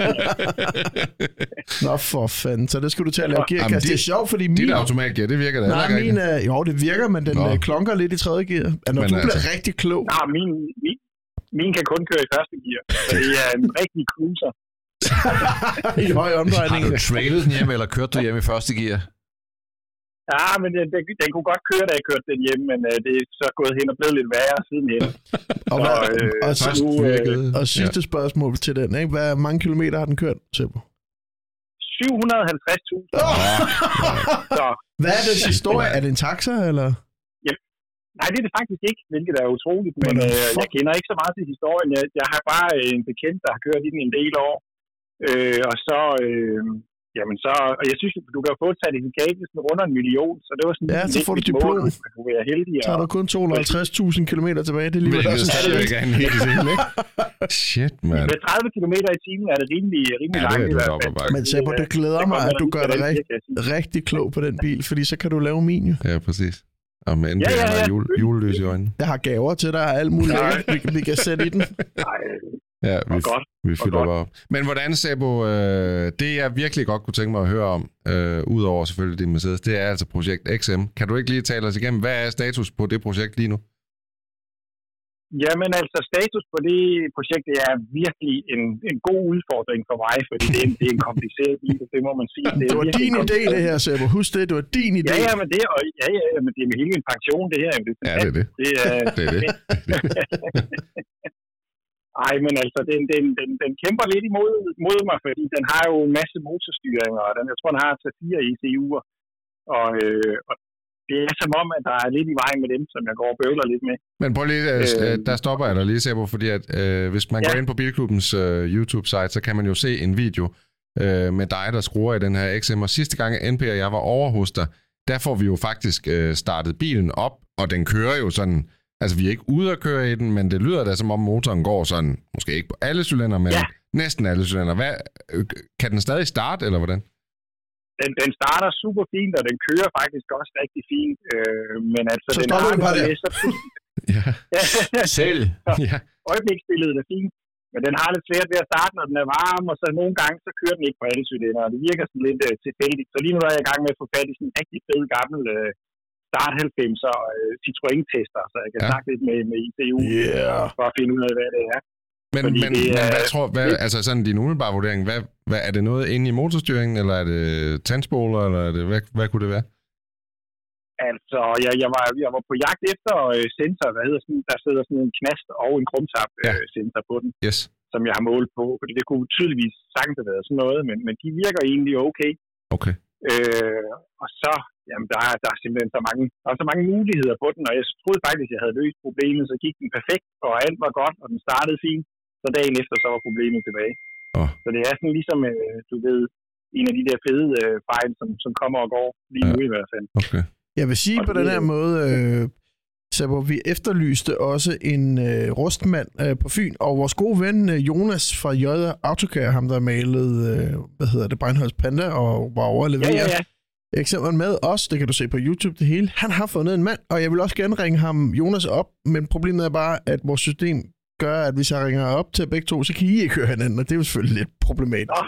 Nå for fanden, så det skal du til at lave Jamen, gearkast. de- Det er sjovt, fordi Dit min... automatgear, det virker da Nej, heller ikke min rigtigt. er, jo, det virker, men den Nå. øh, klonker lidt i tredje gear. Ja, når Men du bliver altså- rigtig klog Nej, min, min, min kan kun køre i første gear, så det er en rigtig cruiser. i høj Har omdrejning. du trailet den hjem, eller kørte du hjem i første gear? Ja, men den, den, den kunne godt køre, da jeg kørte den hjem, men øh, det er så gået hen og blevet lidt værre sidenhen. Og, Så, hvad, øh, og, Først så, virkede. og sidste spørgsmål til den, ikke? Hvad mange kilometer har den kørt, Seppo? syv hundrede og halvtreds tusind. Så Hvad er dens historie? Er det en taxa, eller? Nej, det er det faktisk ikke, hvilket er utroligt, men øh, jeg kender ikke så meget til historien. Jeg, jeg har bare en bekendt, der har kørt i den en del år, øh, og så, øh, jamen så, og jeg synes, du kan få et certifikat, hvis den runder en million, så det var sådan ja, så får du diplom. Mål, man kunne være heldig. Så har du kun to hundrede og halvtreds tusind kilometer tilbage, det er lige også en shit. Ikke en helt del, ikke? Shit, man. Med tredive kilometer i timen er det rimelig, rimelig ja, langt i hvert fald. Men Seppo, det glæder mig, at du gør dig rigtig, rigtig klog på den bil, fordi så kan du lave min jo. Ja, præcis. Og med ja, ja, ja. Jule, julelys i øjnene. Jeg har gaver til dig og alt muligt lækkert, vi, vi kan sætte i den. Ja, vi, godt. vi fylder bare op. Men hvordan, Seppo, øh, det jeg virkelig godt kunne tænke mig at høre om, øh, udover selvfølgelig din Mercedes, det er altså projekt X M. Kan du ikke lige tale os igennem, hvad er status på det projekt lige nu? Jamen altså, status på det projekt, det er virkelig en, en god udfordring for mig, fordi det er en, det er en kompliceret bil, det må man sige. Det, det var din idé, det her, Seppo. Husk det, det var din idé. Ja, ja, men det, og, ja, ja, men det er med hele en pension, det her. Det, ja, det er det. Det er det. Er det. Ej, men altså, den, den, den, den kæmper lidt imod, imod mig, fordi den har jo en masse motorstyringer, og den, jeg tror, den har til fire E C U'er, og, øh, og det er som om, at der er lidt i vejen med dem, som jeg går og bøvler lidt med. Men prøv lige, øh, der stopper jeg dig lige, Seppo, fordi at, øh, hvis man ja. går ind på Bilklubbens øh, YouTube-site, så kan man jo se en video øh, med dig, der skruer i den her X M, og sidste gang N P og jeg var over hos dig, der får vi jo faktisk øh, startet bilen op, og den kører jo sådan, altså vi er ikke ude at køre i den, men det lyder da som om motoren går sådan, måske ikke på alle cylinder, men ja. næsten alle cylinder. Hvad, øh, kan den stadig starte, eller hvordan? Den, den starter super fint, og den kører faktisk også rigtig fint, øh, men altså... Så den stopper den bare der. Ja. Selv? Ja. Øjebliksbilledet er fint, men den har lidt svært ved at starte, når den er varm, og så nogle gange, så kører den ikke på alle cylinder, og det virker sådan lidt uh, tilfældigt. Så lige nu er jeg i gang med at få fat i sådan en rigtig fed gammel uh, Start halvfemser uh, Citroën-tester, så jeg kan ja. snakke lidt med, med I C U, yeah. for at finde ud af, hvad det er. Men, men, men hvad tror hvad, altså sådan din umiddelbare vurdering, hvad, hvad, er det noget inde i motorstyringen, eller er det tandspoler, eller er det, hvad, hvad kunne det være? Altså, jeg, jeg, var, jeg var på jagt efter øh, sensor, hvad hedder sådan, der sidder sådan en knast og en krumtap øh, ja. sensor på den, yes. som jeg har målt på, fordi det kunne tydeligvis sagtens have været sådan noget, men, men de virker egentlig okay. Okay. Øh, og så, jamen, der er, der er simpelthen så mange, der er så mange muligheder på den, og jeg troede faktisk, at jeg havde løst problemet, så gik den perfekt, og alt var godt, og den startede fint, så dagen efter, så var problemet tilbage. Oh. Så det er sådan ligesom, øh, du ved, en af de der fede øh, fejl, som, som kommer og går, lige ja. nu i hvert fald. Okay. Jeg vil sige og på det, den her måde, øh, så vi efterlyste også en øh, rustmand øh, på Fyn, og vores gode ven øh, Jonas fra J Autocare, ham der malede, øh, hvad hedder det, Breinholz Panda, og var over at levere ja, ja, ja. eksempel med os, det kan du se på YouTube det hele. Han har fundet en mand, og jeg vil også gerne ringe ham Jonas op, men problemet er bare, at vores system gør, at hvis jeg ringer op til begge to, så kan I ikke høre hinanden, og det er jo selvfølgelig lidt problematisk.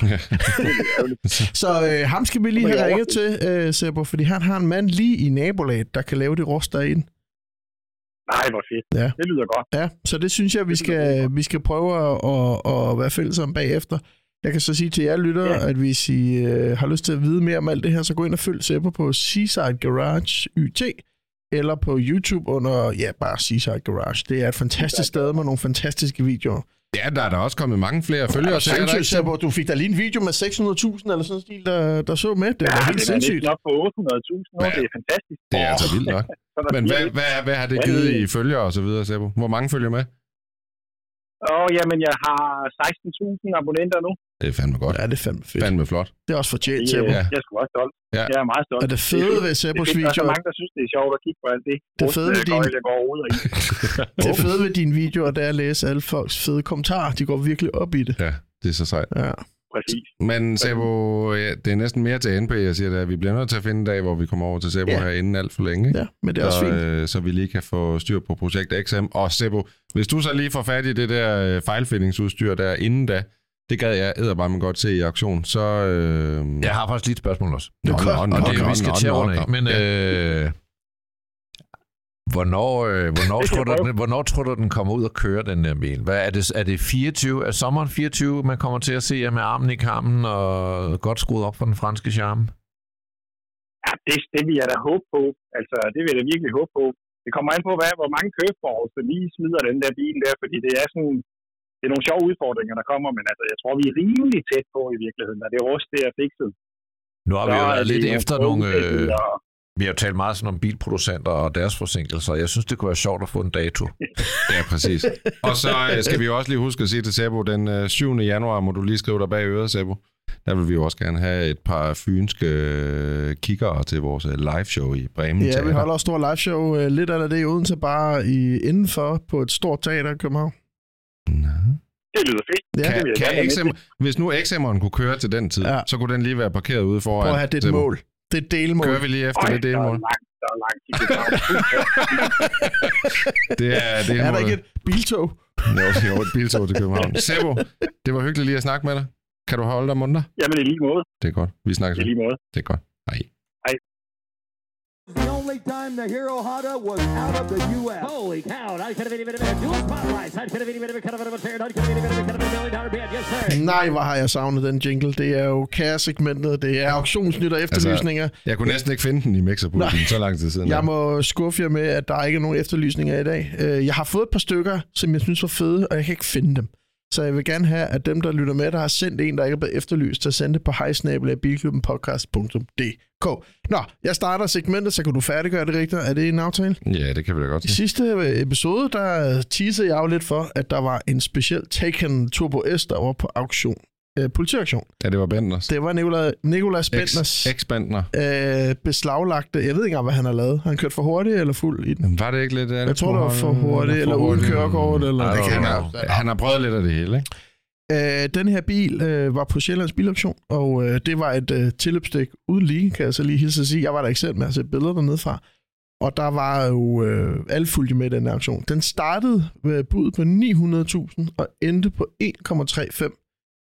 Så øh, ham skal vi lige have ringet til, øh, Seppo, fordi han har en mand lige i nabolaget, der kan lave det rust derinde. Nej, hvor fedt. Ja. Det lyder godt. Ja, så det synes jeg, vi skal, vi skal prøve at, at, at være fælles om bagefter. Jeg kan så sige til jer lyttere, ja. at hvis I øh, har lyst til at vide mere om alt det her, så gå ind og følg Seppo på Seaside Garage Y T, eller på YouTube under, ja, bare Seaside Garage. Det er et fantastisk sted med nogle fantastiske videoer. Ja, der er der også kommet mange flere følgere. Ja, sindssygt, Seppo. Du fik da lige en video med seks hundrede tusind eller sådan en stil, der, der så med. Det ja, var helt sindssygt. Ja, det er nok på otte hundrede tusind nu. Ja. Det er fantastisk. Det er altså vildt nok. Men hvad, hvad, hvad har det givet i følgere og så videre, Seppo? Hvor mange følger med? Åh, oh, jamen, jeg har seksten tusind abonnenter nu. Det er fandme godt. Ja, det er fandme fedt. Fandme flot. Det er også fortjent, Seppo. Ja. Jeg er sgu også stolt. Ja. Jeg er meget stolt. Og det fede ved Seppos video... Der er så mange, der synes, det er sjovt at kigge på alt det. Det fede ved din... Jeg går ud i. Det fede ved dine videoer, det er at læse alle folks fede kommentarer. De går virkelig op i det. Ja, det er så sejt. Ja. Præcis. Men Seppo, ja, det er næsten mere til N P, jeg siger det, at vi bliver nødt til at finde en dag, hvor vi kommer over til Seppo ja. her inden alt for længe. Ja, men det er også så, fint. Øh, så vi lige kan få styr på projekt X M. Og Seppo, hvis du så lige får fat i det der øh, fejlfindingsudstyr der inden da, det gad jeg edderbarme godt se i aktion, så... Øh... Jeg har faktisk lige et spørgsmål også. Nå, nå, nå, og det, nå, vi skal til rundt af. Men øh, hvornår, øh, hvornår, tror du, den, hvornår tror du, den kommer ud og kører, den der bil? Hvad, er, det, er det fireogtyve? Er sommeren fireogtyve, man kommer til at se jer med armen i kammen og godt skruet op for den franske charme? Ja, det, det vil jeg da håbe på. Altså, det vil jeg da virkelig håbe på. Det kommer an på, hvad, hvor mange curveballs der lige smider den der bil der, fordi det er sådan... Det er nogle sjove udfordringer, der kommer, men altså, jeg tror, vi er rimelig tæt på i virkeligheden, og det rust, det er fikset. Nu har vi jo været lidt efter nogle... Øh, Vi har jo talt meget sådan om bilproducenter og deres forsinkelser. Jeg synes, det kunne være sjovt at få en dato. Ja, præcis. Og så skal vi jo også lige huske at sige til Sebo, den syvende januar må du lige skrive dig bag øret, Sebo. Der vil vi jo også gerne have et par fynske kiggere til vores live show i Bremen. Ja, vi holder også stor live show. Lidt af det i Odense, bare i indenfor på et stort teater i København. Nå. Det lyder fedt. Ja, kan, det kan X M, hvis nu X M'eren kunne køre til den tid, ja. så kunne den lige være parkeret ude foran. Prøv at have det et mål. Det er et delmål. Kører vi lige efter Øj, det delmål? Der er langt, der er langt. Det er delmålet. Er der ikke et biltog? Jo, jo, et biltog til København. Sebo, det var hyggeligt lige at snakke med dig. Kan du holde dig munter? Jamen i lige måde. Det er godt. Vi snakker så. I lige måde. Det er godt. Hej. Hej. The only time the Hero Honda was out of the U S Holy cow, I could have been even a dual spotlights. I could have been even a kind of a fair, I could have been even a kind of a million dollar band. Yes, sir. Nej, hvor har jeg savnet den jingle. Det er jo kæresegmentet, det er auktionsnyt og efterlysninger. Altså, jeg kunne næsten ikke finde den i mixerpulten så lang tid siden. Jeg må skuffe jer med, at der ikke er nogen efterlysninger i dag. Jeg har fået et par stykker, som jeg synes var fede, og jeg kan ikke finde dem. Så jeg vil gerne have, at dem, der lytter med, der har sendt en, der ikke er blevet efterlyst, til at sende det på hejsnabel af bilklubbenpodcast punktum d k. Nå, jeg starter segmentet, så kan du færdiggøre det rigtigt. Er det en aftale? Ja, det kan vi da godt. I sidste episode, der teasede jeg jo lidt for, at der var en speciel Taycan Turbo S, der var på auktion. Øh, politiauktion. Ja, det var Benders. Det var Nicolas, Nicolas Benders. Ex-Bendner. Øh, beslaglagte. Jeg ved ikke engang, hvad han har lavet. Har han kørt for hurtigt eller fuld i den? Var det ikke lidt... Jeg tror, det var for hurtigt, eller, eller uden kørekort. Eller Ej, det kan han, han har prøvet lidt af det hele, ikke? Øh, den her bil øh, var på Sjællands Bilauktion, og øh, det var et øh, tilløbsdæk uden lige, kan jeg så lige hilse at sige. Jeg var der ikke selv med at se billeder dernede fra. Og der var jo øh, alle fulgte med i den auktion. Den startede med bud på ni hundrede tusind og endte på en komma tredive fem.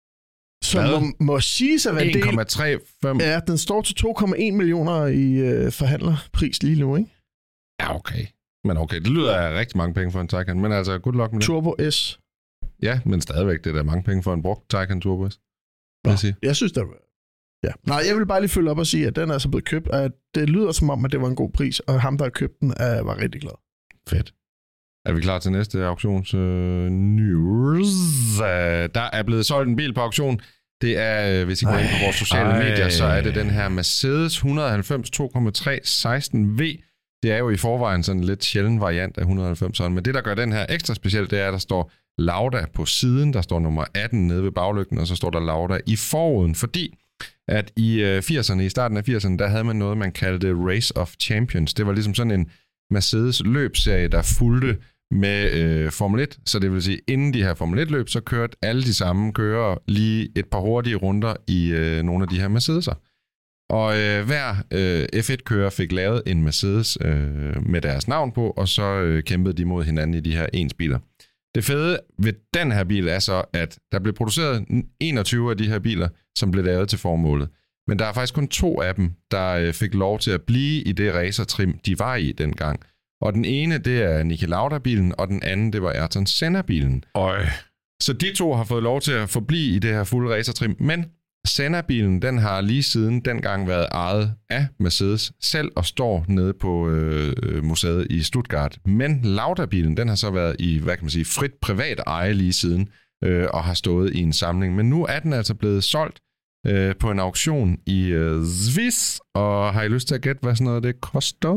Som må, må siges at være en del... en komma tredive Ja, den står til to komma en millioner i øh, forhandlerpris lige nu, ikke? Ja, okay. Men okay, det lyder af rigtig mange penge for en Taycan, men altså, good luck med det. Turbo S. Ja, men stadigvæk, det er der mange penge for en brugt Taycan Turbo S. Nå, jeg, sige. jeg synes, der var... Ja. Nej, jeg vil bare lige følge op og sige, at den er altså blevet købt, og det lyder som om, at det var en god pris, og ham, der har købt den, er, var rigtig glad. Fedt. Er vi klar til næste auktions øh, news? Uh, der er blevet solgt en bil på auktion. Det er, hvis I går ind på vores sociale ej. medier, så er det den her Mercedes et hundrede og halvfems to komma tre seksten V. Det er jo i forvejen sådan en lidt sjælden variant af et hundrede og halvfems, men det, der gør den her ekstra speciel, det er, at der står Lauda på siden, der står nummer atten nede ved baglygten, og så står der Lauda i forruden, fordi at i firserne, i starten af firserne, der havde man noget, man kaldte Race of Champions. Det var ligesom sådan en Mercedes løbsserie, der fulgte med øh, Formel et, så det vil sige, inden de her Formel et-løb, så kørte alle de samme kører lige et par hurtige runder i øh, nogle af de her Mercedes'er. Og øh, hver øh, F et-kører fik lavet en Mercedes øh, med deres navn på, og så øh, kæmpede de mod hinanden i de her ens biler. Det fede ved den her bil er så, at der blev produceret enogtyve af de her biler, som blev lavet til formålet. Men der er faktisk kun to af dem, der øh, fik lov til at blive i det racertrim, de var i dengang. Og den ene, det er Niki Lauda-bilen, og den anden, det var Ayrton Senna-bilen. Øj. Så de to har fået lov til at forblive i det her fulde racertrim, men Senna-bilen, den har lige siden dengang været ejet af Mercedes selv og står nede på øh, museet i Stuttgart. Men Lauda-bilen, den har så været i, hvad kan man sige, frit privat eje lige siden øh, og har stået i en samling. Men nu er den altså blevet solgt øh, på en auktion i øh, Swiss, og har I lyst til at gætte, hvad sådan noget det koster?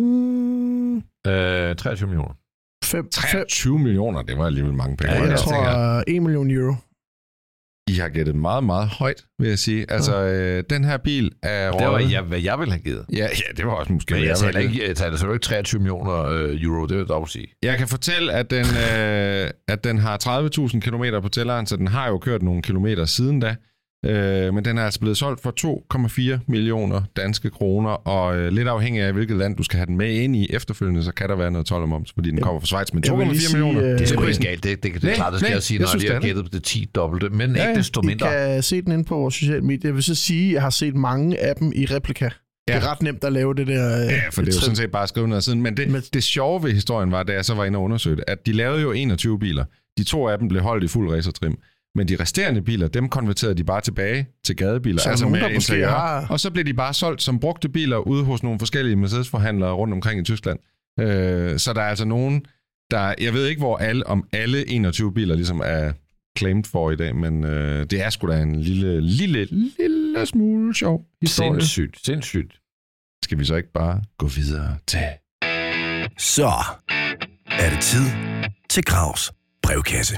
Øh, treogtyve millioner. Fem, treogtyve millioner, det var alligevel mange penge. Ja, jeg, jeg tror en million euro. I har gættet meget, meget højt, vil jeg sige. Altså, øh, den her bil er... Det var jeg, hvad jeg ville have givet. Ja, ja, det var også måske, men hvad jeg, jeg ville have givet. Jeg tager det så ikke treogtyve millioner øh, euro, det vil jeg dog sige. Jeg kan fortælle, at den, øh, at den har tredive tusind kilometer på tælleren, så den har jo kørt nogle kilometer siden da. Øh, men den er altså blevet solgt for to komma fire millioner danske kroner, og øh, lidt afhængig af, hvilket land du skal have den med ind i efterfølgende, så kan der være noget told om moms, fordi den kommer fra Schweiz med to komma fire millioner. Øh, det er sgu ikke galt, det, det, det, det er klart, det skal jeg sige, når jeg lige har gættet på det ti-dobbelte, men ja, ikke desto mindre. I kan se den inde på vores sociale medier. Jeg vil så sige, at jeg har set mange af dem i replika. Ja. Det er ret nemt at lave det der. Øh, ja, for det er jo sådan set bare skrevet noget siden. Men det, men det sjove ved historien var, da jeg så var inde og undersøgte, at de lavede jo enogtyve biler. De to af dem blev holdt i fuld racertrim. Men de resterende biler, dem konverterede de bare tilbage til gadebiler, så altså med interiør. Har... Og så blev de bare solgt som brugte biler ude hos nogle forskellige Mercedes-forhandlere rundt omkring i Tyskland. Øh, så der er altså nogen, der... Jeg ved ikke, hvor alle, om alle enogtyve biler ligesom er claimed for i dag, men øh, det er sgu da en lille, lille, lille smule sjov historie. Sindssygt, sindssygt. Skal vi så ikke bare gå videre til... Så er det tid til Gravs brevkasse.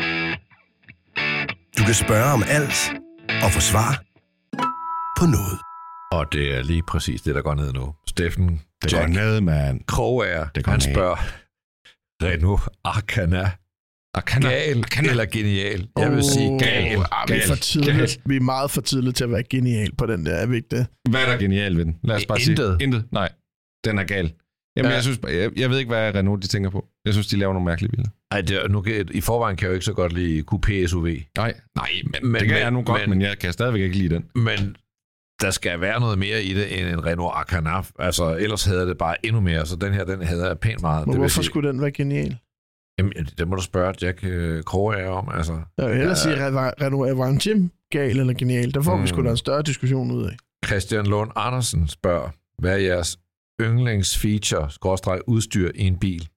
Du kan spørge om alt og få svar på noget. Og det er lige præcis det, der går ned nu. Steffen Det Jack går ned, mand. Krogager, Det går han ned. spørger, Renault Arcana, Arcana. gal Arcana. eller genial? Jeg vil sige gal. Ah, vi, er for tidligt. gal. vi er meget for tidligt til at være genial på den der, er vi ikke det? Hvad er der genialt ved den? Lad os bare Intet. sige. Intet. Nej, den er gal. Jamen, Ja. jeg, synes, jeg, jeg ved ikke, hvad Renault de tænker på. Jeg synes, de laver nogle mærkelige biler. Ej, det, er- nu, kan- i forvejen kan jeg jo ikke så godt lide coupé S U V. Nej, nej, men, Men- men det kan men- jeg nu godt, men- men, men jeg kan stadigvæk ikke lide den. Men der skal være noget mere i det end en Renault Arcana. Altså, ellers havde det bare endnu mere. Så den her, den havde jeg pænt meget. Men det vil hvorfor sige. skulle den være genial? Jamen, det må du spørge Jack øh, Krogager om. Altså, Jeg vil hellere sige, at Renault Avantime gal eller genial. Der får mm. vi sgu da en større diskussion ud af. Christian Lund Andersen spørger, hvad er jeres yndlingsfeature, skråstreg udstyr i en bil?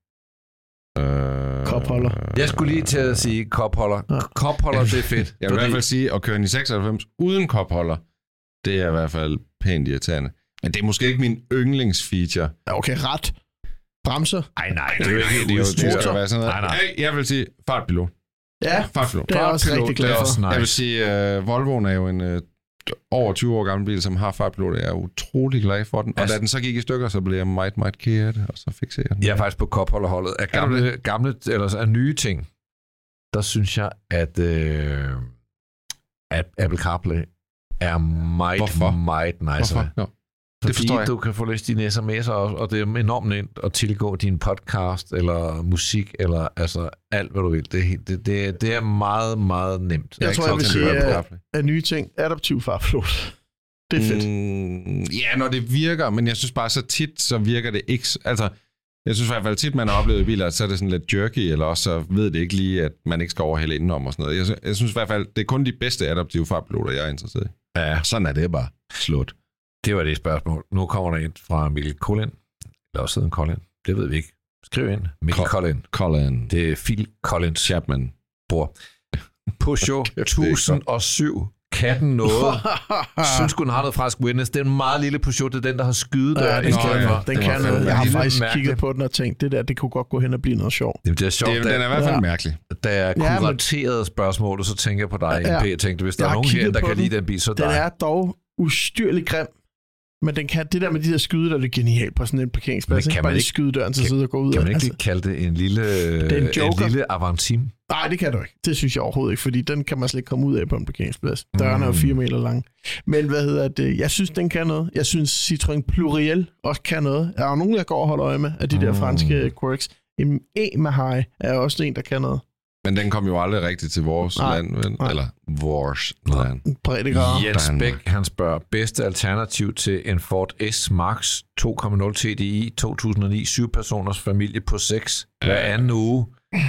Øh, Kopholder. Jeg skulle lige til at sige kopholder. Ja. Kopholder, det er fedt. Jeg vil i hvert fald sige, at køre en i seksoghalvfems uden kopholder, det er i hvert fald pænt irriterende. Men det er måske ikke min yndlingsfeature. Ja, okay, ret. Bremser. Ej, nej, det er jo ikke Det, er et jo, det udstyr. skal være sådan noget. Nej, nej. Hey, jeg vil sige fartpilot. Ja, Fartpilot. det er jeg også Fartpilot, rigtig glad det er for. også nice. Jeg vil sige, uh, Volvoen er jo en uh, over tyve år gammel bil, som har fartpilot. Jeg er utrolig glad for den. Og Altså- da den så gik i stykker, så blev jeg meget, meget ked af det, og så fik jeg den. Jeg er faktisk på kopholderholdet. Af Er du gamle, gamle eller af nye ting, der synes jeg, at, øh, at Apple CarPlay er meget, Hvorfor? meget nice. Hvorfor? Ja. Fordi Det forstår jeg. du kan få læst dine sms'er også, og det er enormt nemt at tilgå din podcast, eller musik, eller altså alt, hvad du vil. Det, er helt- det, det, det er meget, meget nemt. Jeg er tror, ikke jeg vil så sige, til at høre på at CarPlay. af nye ting, adaptiv fartpilot. Det er fedt. Mm, ja, når det virker, men jeg synes bare så tit, så virker det ikke... Altså, jeg synes i hvert fald tit, man har oplevet i biler, at så er det sådan lidt jerky, eller også så ved det ikke lige, at man ikke skal overhælde indenom og sådan noget. Jeg, sy- jeg synes i hvert fald, det er kun de bedste adaptive fartpiloter, jeg er interesseret i. Ja, Sådan er det bare. Slut. det var det spørgsmål. Nu kommer der et fra Mikkel Collin. Eller også en Collin. Det ved vi ikke. Skriv ind. Mikkel Col- Collin. Colin Det er Phil Collins Chapman. bror. Peugeot Kæft, det er tusind og syv. Kan den noget? Synes sgu, den har noget fransk witness. Det er en meget lille Peugeot. Det er den, der har skydedør. Ja, den i kan, stedet ja, for. den Det kan var noget. fandme Jeg har lidt faktisk mærkeligt. kigget på den og tænkt, det der, det kunne godt gå hen og blive noget sjovt. Jamen, det er sjovt, Det, da, den er i hvert fald Ja. mærkelig. da jeg Ja, men- kuraterede spørgsmålet, så tænker jeg på dig, Ja. ja. M P. Jeg tænkte, hvis der Jeg er har nogen her, kigget der på kan den. lide den bil, så Den dig. er dog ustyrligt grim, men den kan det der med de der skyde, der er det genialt på sådan en parkeringsplads. Men Ikke? kan Bare man lige ikke- skyde døren til kan- side og gå ud. Kan man af. ikke lige kalde det en lille, er en en joker. lille Avantime? Nej, det kan du ikke. Det synes jeg overhovedet ikke, fordi den kan man slet ikke komme ud af på en parkeringsplads. Dørene er jo Mm. fire meter lange. Men hvad hedder det? Jeg synes, den kan noget. Jeg synes, Citroën Pluriel også kan noget. Der er jo nogen, der går og holder øje med af de der Mm. franske quirks. En E-Mahai er også en, der kan noget. Men den kom jo aldrig rigtigt til vores Nej. land. vel? Nej. Eller vores Nej. land. En breddegrader. Jens Danmark. Bæk, han spørger, bedste alternativ til en Ford S Max to komma nul T D I to tusind og ni, syv personers familie på seks, hver anden uge,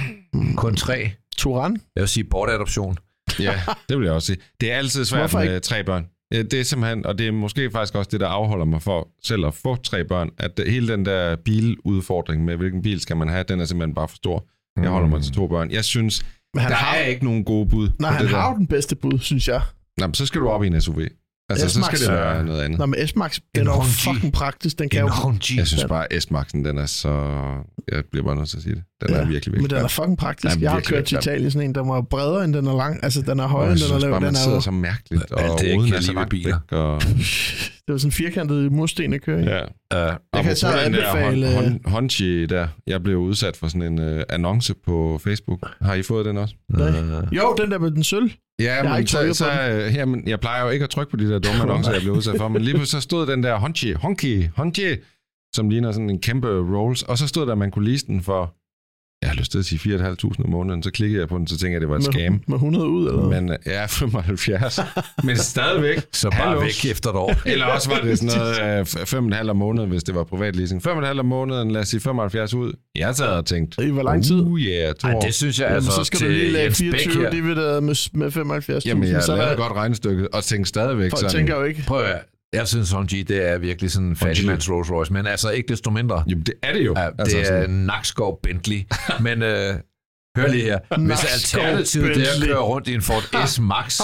kun tre. Turan. Jeg vil sige bortadoption. Ja, det vil jeg også sige. Det er altid svært Hvorfor med tre børn. Ja, det er simpelthen, og det er måske faktisk også det, der afholder mig for selv at få tre børn, at det- hele den der biludfordring med, hvilken bil skal man have, den er simpelthen bare for stor. Jeg holder mig til to børn. Jeg synes, Men han der har, er ikke nogen gode bud nej, på han det har der. jo den bedste bud, synes jeg. Nå, men så skal du op i en S U V. Altså, så S-Max, skal det være noget andet. Nå, men S-Max, den En er jo Honda. fucking praktisk. Den kan En jo... Honda. Jeg synes bare, at S-Maxen, den er så... Jeg bliver bare nødt til at sige det. Den Ja, er virkelig, Men virkelig den er fucking praktisk. Den er Jeg har virkelig, kørt til virkelig Italien sådan en, der var bredere, end den er lang. Altså, den er højere, Jeg end den er synes lav. bare, Den man er sidder jo... så mærkeligt, og Alt det, jeg roden kan er så lide ved langt biler. væk. Og... Det var sådan en firkantet mursten at køre i. Ja. Uh, Jeg kan så anbefale... Hon, hon, Honchi der. Jeg blev udsat for sådan en uh, annonce på Facebook. Har I fået den også? Nej. uh, Jo, den der med den sølv. Ja, har men ikke så, trykket så, på uh, jamen, jeg plejer jo ikke at trykke på de der dumme annoncer, jeg blev udsat for, men lige pludselig så stod den der Honchi, Honki, Honchi, som ligner sådan en kæmpe rolls, og så stod der, at man kunne lease den for, jeg har lyst til at sige fire tusind fem hundrede om måneden, så klikkede jeg på den, så tænkte jeg, at det var et scam. Med, med hundrede ud, eller hvad? Men uh, ja, femoghalvfjerds. Men stadigvæk. så bare Hallo. væk efter et år. Eller også var det sådan noget uh, fem og en halv om måneden, hvis det var privat leasing. Fem og en halv om måneden, lad os sige femoghalvfjerds ud. Jeg sad og tænkt, I hvor lang tid? uh, yeah, to Ej, år. det synes jeg Jamen, altså så skal du til lige lade Jens Bæk fireogtyve her. divideret med, med femoghalvfjerds tusind. Jamen, jeg så lavede der, godt regnestykket, og tænkte stadigvæk folk sådan... tænker jo ikke. Prøv at høre. Jeg synes, Honda, det er virkelig sådan en fattigmands Rolls Royce, men altså ikke desto mindre. Jamen, det er det jo. Ja, altså, det er sådan, Nakskov Bentley. Men øh, hør lige her. Hvis Nakskov alternativet det er at Bentley. køre rundt i en Ford S Max, Ha,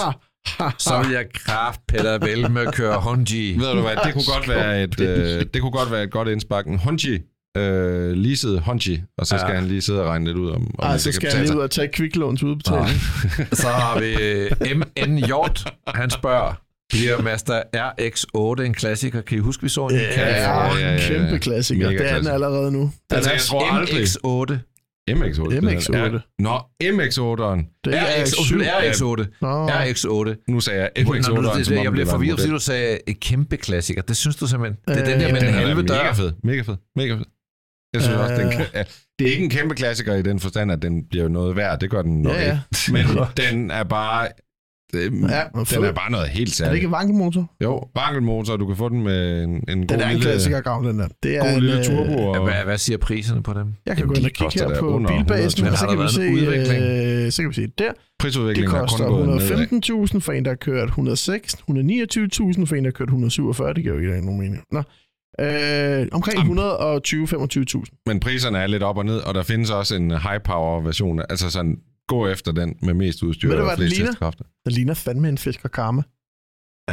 så vil jeg kraft Peter vel med at køre Honji. Ved du hvad, det kunne godt være et, øh, det kunne godt være et godt indspark. En Honji, øh, leaset Honji, og så skal ja. han lige sidde og regne lidt ud om, om Ej, det så skal han lige ud og tage kviklåns udbetaling. Så har vi M N Hjort, han spørger, bliver Mazda R X otte en klassiker? Kan I huske, vi så en ja, ja, ja, ja, kæmpe klassiker. Det er den allerede nu. Altså, jeg tror aldrig. M X otte. M X otte. M X otte. Nå, M X otteren. Det er R X otte. R X otte. R X otte. Nu sagde jeg M X otteren, som om jeg bliver forvirret, fordi du sagde et kæmpe klassiker. Det synes du simpelthen? Det er den der med den halve dør. Mega fed. Mega fed. Mega fed. Jeg synes også, den kan, ja, det er ikke en kæmpe klassiker i den forstand, at den bliver noget værd. Det gør den nok ja, ja. ikke. Men den er bare... Det, ja, den er bare noget helt særligt. Er det ikke vankelmotor? Jo, vankelmotor. Du kan få den med en, en god lille... Den er en klassiker-gavn, den der. Det er god en lille turbo. Og... Hvad, hvad siger priserne på dem? Jeg kan Jamen, gå ind og kigge her på bilbasen, og så kan, vi se, øh, så kan vi se der. Prisudviklingen det koster et hundrede og femten tusind for en, der har kørt et hundrede og seks, et hundrede og niogtyve tusind for en, der har kørt et hundrede og syvogfyrre. Det giver jo ikke nogen mening. Nå. Øh, omkring et hundrede og tyve til femogtyve tusind. Men priserne er lidt op og ned, og der findes også en high-power-version, altså sådan... Gå efter den med mest udstyr og flest testkræfter. Den ligner fandme en fisk og karma. Ja,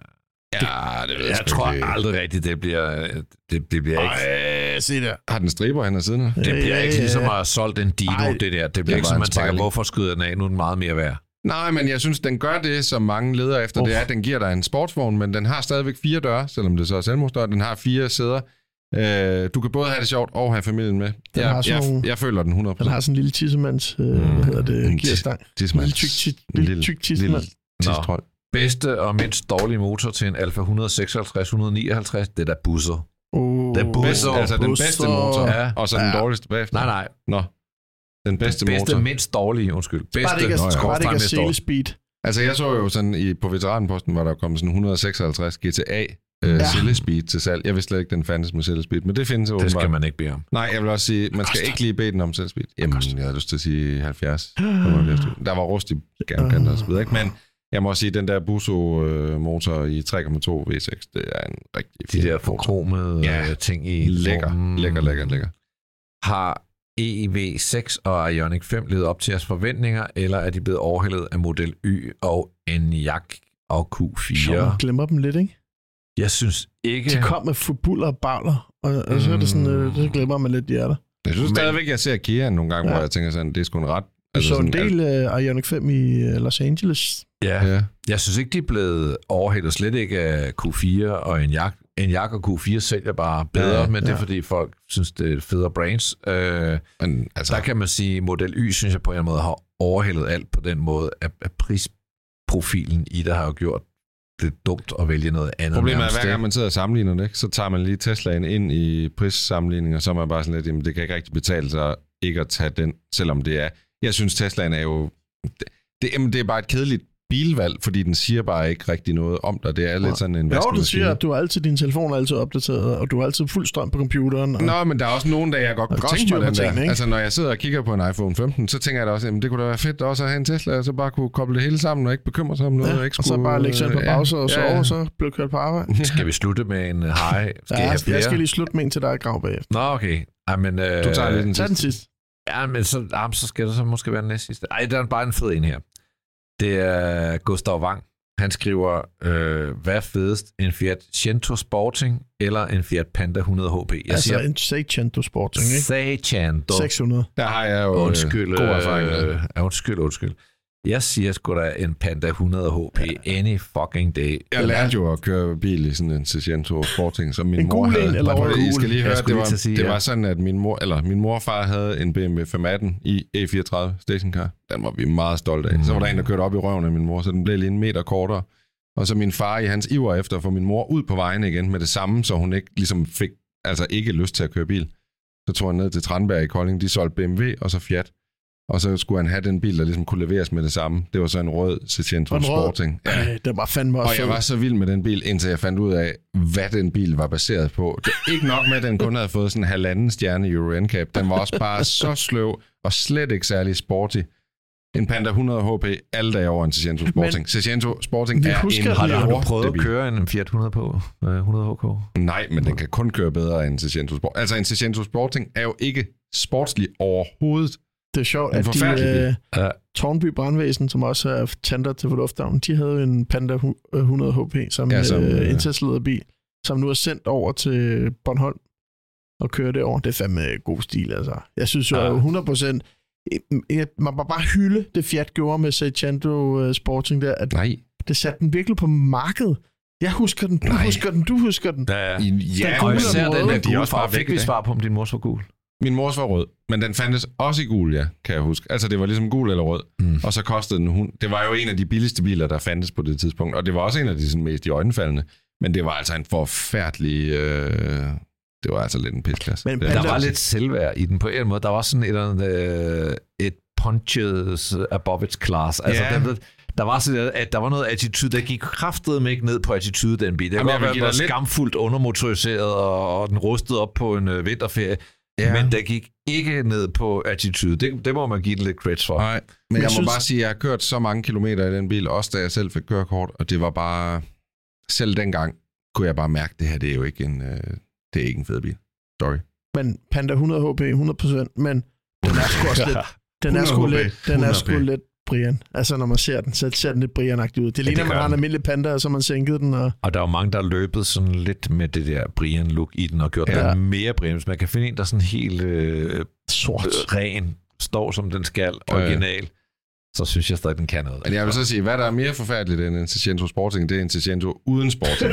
ja det ved jeg Jeg tror ikke. aldrig rigtigt, det bliver... Det, det bliver ikke... Ej, se der. Har den striber hen ad siden? Det bliver ikke ligesom at have solgt en Dino, Ej, det der. Det bliver ikke som man tænker, hvorfor skyder den af? Nu er den meget mere værd. Nej, men jeg synes, den gør det, som mange leder efter. Uh. Det er, at den giver dig en sportsvogn, men den har stadigvæk fire døre, selvom det så er selvmordsdør. Den har fire sæder. Uh, du kan både have det sjovt og have familien med. Jeg, jeg, jeg, jeg føler den hundrede procent. Den har sådan en lille tissemands, øh, mm. hvad hedder det, gearstang. Tissemands. Lille tyk tissemand. Bedste og mindst dårlige motor til en Alfa et hundrede og seksoghalvtreds et hundrede og nioghalvtreds, det er da busser. Oh, det er busser. Altså den bedste motor, ja. Og så den ja. dårligste bagefter. Nej, nej. Nå. Den bedste, den bedste motor. mindst dårlige, undskyld. Bedste, bare det ikke er sele speed. Altså jeg så jo sådan, i, på Veteranposten var der kommet sådan et hundrede og seksoghalvtreds G T A øh, ja. Cellespeed til salg. Jeg vidste slet ikke, den fandtes med Cellespeed, men det findes jo. Det skal man ikke bede om. Nej, jeg vil også sige, man skal ikke lige bede den om Cellespeed. Jamen, jeg havde lyst til at sige halvfjerds. Der var rust i skærmkanter og så videre, ikke? Men jeg må sige, den der Busso-motor i tre komma to V seks, det er en rigtig De der forkromede ja. ting i lækker, mm. lækker, lækker, lækker. Har E V seks og Ioniq fem levet op til jeres forventninger, eller er de blevet overhældet af Model Y og Enyaq og Q fire? Så man glemmer dem lidt, ikke? Jeg synes ikke... De kom med fubuller og bagler, og, og så er det sådan, øh, så glemmer man lidt hjerter. Jeg synes stadigvæk, jeg ser Kia nogle gange, ja. hvor jeg tænker sådan, det er sgu en ret... Du altså så en del af uh, Ioniq fem i uh, Los Angeles. Ja. ja, jeg synes ikke, de er blevet overhældet slet ikke af Q fire og Enyaq. Enyaq og Q fire sælger bare bedre, ja, men det er ja. fordi folk synes, det er federe brands. Øh, men, altså, der kan man sige, Model Y, synes jeg på en måde har overhældet alt på den måde, at, at prisprofilen i det har jo gjort det dumt at vælge noget andet. Problemet er, at hver gang man sidder og sammenligner det, så tager man lige Teslaen ind i prissammenligninger, så er man bare sådan lidt, jamen det kan ikke rigtig betale sig ikke at tage den, selvom det er... Jeg synes, Teslaen er jo... Det, det, jamen, det er bare et kedeligt bilvalg, fordi den siger bare ikke rigtig noget om dig. Det er lidt sådan en vaskemaskine. Jo, du siger, at du har altid, din telefon er altid opdateret, og du har altid fuld strøm på computeren. Og... Nå, men der er også nogen, der jeg godt kunne tænke mig den der. Ting, altså, når jeg sidder og kigger på en iPhone femten, så tænker jeg da også, at det kunne da være fedt også at have en Tesla, og så bare kunne koble det hele sammen, og ikke bekymre sig om noget. Ja, og, ikke og skulle, så bare lægge sig på pause og sove, ja, ja. og så blive kørt på arbejde. Skal vi slutte med en hej? Skal ja, jeg, jeg skal lige slutte med en til dig, Grav, bagefter. Nå, okay. Ej, men, øh, du tager lige den, Tag den sidste. Ja, men så, jamen, så skal det så måske være den næste sidste. Ej, der er bare en fed en her. Det er Gustav Wang. Han skriver, øh, hvad er fedest? En Fiat Cento Sporting eller en Fiat Panda hundrede H P? Jeg altså siger, en Seicento Sporting, ikke? Seicento. seks hundrede. Der har jeg jo undskyld, god erfaring. Øh, undskyld, undskyld. Jeg siger sgu da en Panda hundrede H P any fucking day. Jeg lærte jo at køre bil i sådan en Seicento Sporting, som min en mor havde. En eller I skal lige høre, det var, sige, det ja. var sådan, at min mor, eller min mor og far havde en B M W fem atten i E fireogtredive stationcar. Den var vi meget stolte af. Mm. Så var der en, der kørte op i røven af min mor, så den blev lige en meter kortere. Og så min far i hans iver efter at få min mor ud på vejen igen med det samme, så hun ikke ligesom fik altså ikke lyst til at køre bil. Så tog han ned til Tranberg i Kolding, de solgte B M W og så Fiat. Og så skulle han have den bil, der ligesom kunne leveres med det samme. Det var så en rød Seicento Sporting. Ja. Øh, det var fandme også. Og jeg var så vild med den bil, indtil jeg fandt ud af, hvad den bil var baseret på. Det er ikke nok med, at den kun havde fået sådan en halvanden stjerne i Euro N C A P. Den var også bare så sløv og slet ikke særlig sporty. En Panda hundrede H P alle dage over en Seicento Sporting. Seicento Sporting er husker, en har, har du prøvet at køre en Fiat hundrede på hundrede H K? Nej, men den kan kun køre bedre end Seicento Sporting. Altså en Seicento Sporting er jo ikke sportslig overhovedet. Det er sjovt, En at de, forfærdelig bil. øh, Ja. Tårnby Brandvæsen, som også er tanter til Lufthavn, de havde jo en Panda hundrede H P, som Ja, ja, som, øh, øh, indtægtsleder bil, som nu er sendt over til Bornholm og kører det over. Det er fandme god stil, altså. Jeg synes jo Ja. hundrede procent, man må bare hylde det Fiat gjorde med Seicento uh, Sporting der, at Nej. det satte den virkelig på markedet. Jeg husker den, du Nej. husker den, du husker den. Ja, ja. Den Ja, gule og og især den den røde. der De gule også bare, farve. fik vi svar på, om din mors var gul? Min mors var rød, men den fandtes også i gul, ja, kan jeg huske. Altså, det var ligesom gul eller rød. Mm. Og så kostede den hun. Det var jo en af de billigste biler, der fandtes på det tidspunkt. Og det var også en af de sådan, mest iøjnefaldende. Men det var altså en forfærdelig... Øh... Det var altså lidt en pisklasse. Men Det- Panda- Der var lidt selvværd i den på en måde. Der var sådan et, eller andet, øh, et punches above its class. Altså, Ja. der, der var sådan, at der var noget attitude, der gik kraftedeme ikke ned på attitude, den bil. Det Jamen, jeg var vil være give dig lidt... lidt- skamfuldt undermotoriseret, og, og den rustede op på en øh, vinterferie. Ja. Men der gik ikke ned på attitude. Det, det må man give den lidt credits for. Nej, men jeg, jeg må synes- bare sige, at jeg har kørt så mange kilometer i den bil, også da jeg selv fik kørekort, og det var bare... Selv dengang kunne jeg bare mærke, at det her det er jo ikke en, øh, det er ikke en fed bil. Sorry. Men Panda hundrede H P, hundrede procent, men den er sgu også lidt, den er sgu hundrede lidt, H P, den er hundrede sgu H P. lidt Brian. Altså, når man ser den, så ser den lidt Brian-agtig ud. Det ligner, det man gør har en den. almindelig Panda, og så har man sænket den, og Og der er jo mange, der har løbet sådan lidt med det der Brian-look i den, og gjort Ja. den mere Brian. Hvis man kan finde en, der er sådan helt øh, sort. ren, står som den skal, Ja, ja. original, så synes jeg stadig, den kan noget. Men jeg vil så sige, hvad der er mere forfærdeligt end en Seicento Sporting, det er en Seicento uden Sporting.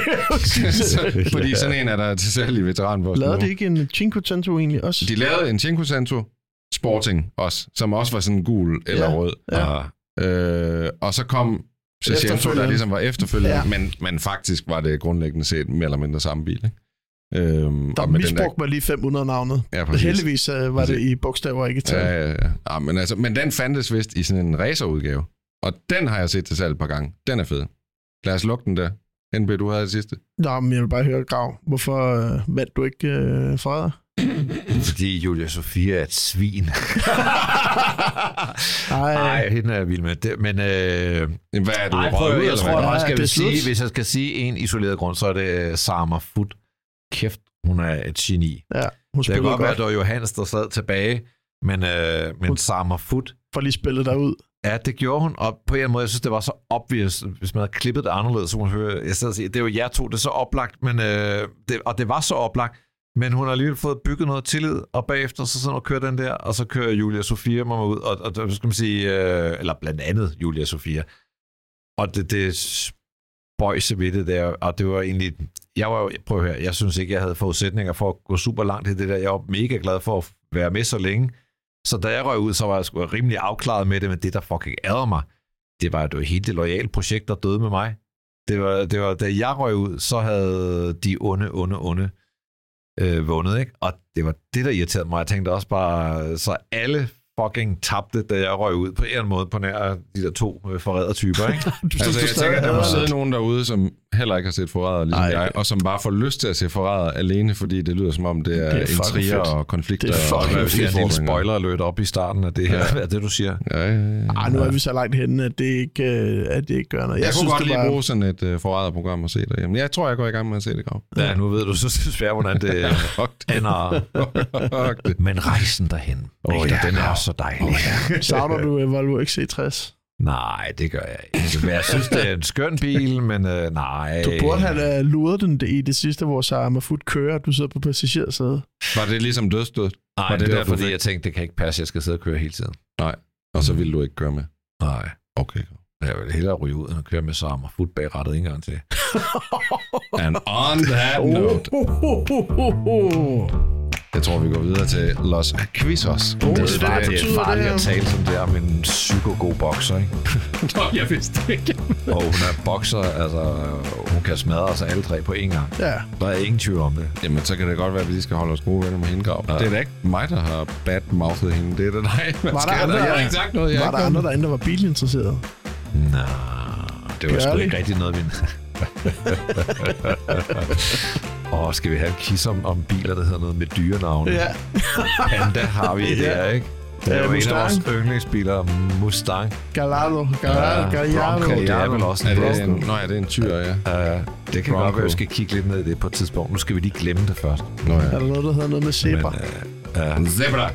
Så- Fordi sådan en er der til salg i veteranposten. Lavede nu. det ikke en Cinquecento egentlig også? De lavede en Cinquecento Sporting også, som også var sådan gul eller Ja. rød. Ja. Øh, og så kom Seicento, der Efterfølgende. ligesom var efterfølgende, Ja. men, men faktisk var det grundlæggende set mere eller mindre samme bil. Ikke? Øhm, Der og med den misbrugte man lige fem hundrede navnet. Ja, præcis. Heldigvis uh, var Præcis. det i bogstaver ikke taget. Ja, ja, ja. ja men, altså, men den fandtes vist i sådan en racerudgave. Og den har jeg set til salg et par gange. Den er fed. Lad os lukke den der. N B, du havde det sidste. Nå, men jeg vil bare høre, Grav, hvorfor uh, vandt du ikke uh, Frederik? Fordi Julia Sofia er et svin. Ej, Nej, hende er jeg vild med. Det, men øh, Jamen, hvad er du? ej, røget prøv, ud, jeg eller tror, hvad? jeg Ja, faktisk, jeg det vil er sige, slut. hvis jeg skal sige en isoleret grund, så er det Sarma Foot. Kæft, hun er et geni. ja, hun Det kan spillede godt være, godt. at det var Johannes, der sad tilbage, men, øh, men Hun- Sarma Foot, For lige spillet derud. ja, det gjorde hun, og på en eller anden måde, jeg synes, det var så obvious, hvis man havde klippet det anderledes, så kunne man høre, jeg sad og sige, det er jo jer to, det er så oplagt, men, øh, det, og det var så oplagt, men hun har alligevel fået bygget noget tillid, og bagefter så sådan og kører den der, og så kører Julia Sofia mig ud, og, og der skal man sige, øh, eller blandt andet Julia Sofia, og det, det spøjse ved det der, og det var egentlig, jeg var jo, prøv at høre, jeg synes ikke, jeg havde forudsætninger for at gå super langt i det der, jeg var mega glad for at være med så længe, så da jeg røg ud, så var jeg sgu rimelig afklaret med det, men det, der fucking ærede mig, det var jo et helt loyalt projekt, der døde med mig. Det var, det var, da jeg røg ud, så havde de onde, onde, onde øh, vundet, ikke? Og det var det, der irriterede mig. Jeg tænkte også bare, så alle fucking tabte, da jeg røg ud på en eller anden måde på nær de der to øh, forrædertyper, ikke? Du Altså, stod jeg stadig tænker, der må ad- sidde nogen derude, som heller ikke har set Forræder, ligesom Ej. jeg, og som bare får lyst til at se Forræder alene, fordi det lyder som om, det er, Det er fucking intriger fedt. og konflikter. Det er fucking og Og jeg fik en lille udfordringer. spoiler alert op i starten af det her. Ja. Hvad er det, du siger? Ja, ja, ja. Ej, nu er vi så langt henne, at det ikke, øh, at det ikke gør noget. Jeg, jeg kunne godt det lige var- bruge sådan et uh, Forræder-program og se det. Jamen, jeg tror, jeg går i gang med at se det, Grav. Ja, nu ved du så svært, hvordan det Fuck det. ender. ender. Men rejsen derhen, Åh, oh, ja, den er Grav. så dejlig. Savner du uh, Volvo X C tres? Nej, det gør jeg ikke. Men jeg synes, det er en skøn bil, men øh, nej. Du burde have uh, luret den i det sidste, hvor Sarah Foot kører, du sidder på passagersædet. Var det ligesom dødsstød? Nej, Var det, det det var derfor, fordi, det- jeg tænkte, det kan ikke passe, jeg skal sidde og køre hele tiden. Og så ville du ikke køre med? Nej. Okay. Jeg vil hellere ryge ud, end at køre med Sarma Foot bag rattet en gang til. And on that note, jeg tror, vi går videre til Los Quizos. Oh, Det det er er, det, bare, det det er betyder, farligt det at her. tale som det er om en psykogod bokser, ikke? Nå, jeg vidste ikke. Og hun er bokser, altså hun kan smadre os alle tre på en gang. Ja, Der er ingen tvivl om det. Jamen, så kan det godt være, at vi lige skal holde os gode venner med hende, Grav. Ja. Det er da ikke mig, der har badmouthet hende. Det er da dig. Hvad Var der sker andre- Jeg har ikke sagt noget. Jeg var har der ikke andre noget. derinde, der var bilinteresserede? Nej, det var sgu Gørlig. ikke rigtig noget, vi... Åh, oh, skal vi have en quiz om, om biler, der hedder noget med dyrenavne? Ja. Panda har vi Ja. her, ikke? Det er Ja, jo en af Mustang. vores yndlingsbiler, Mustang. Gallardo, Gallardo, Gallardo. Bronco, det er vel også Er en det Bronco. en, nå ja, det er en tyr, ja. Uh, det kan Bronco. godt være, at vi skal kigge lidt ned i det på et tidspunkt. Nu skal vi lige glemme det først. Nå ja. Er der noget, der hedder noget med zebra? Men, uh, uh, Zebra.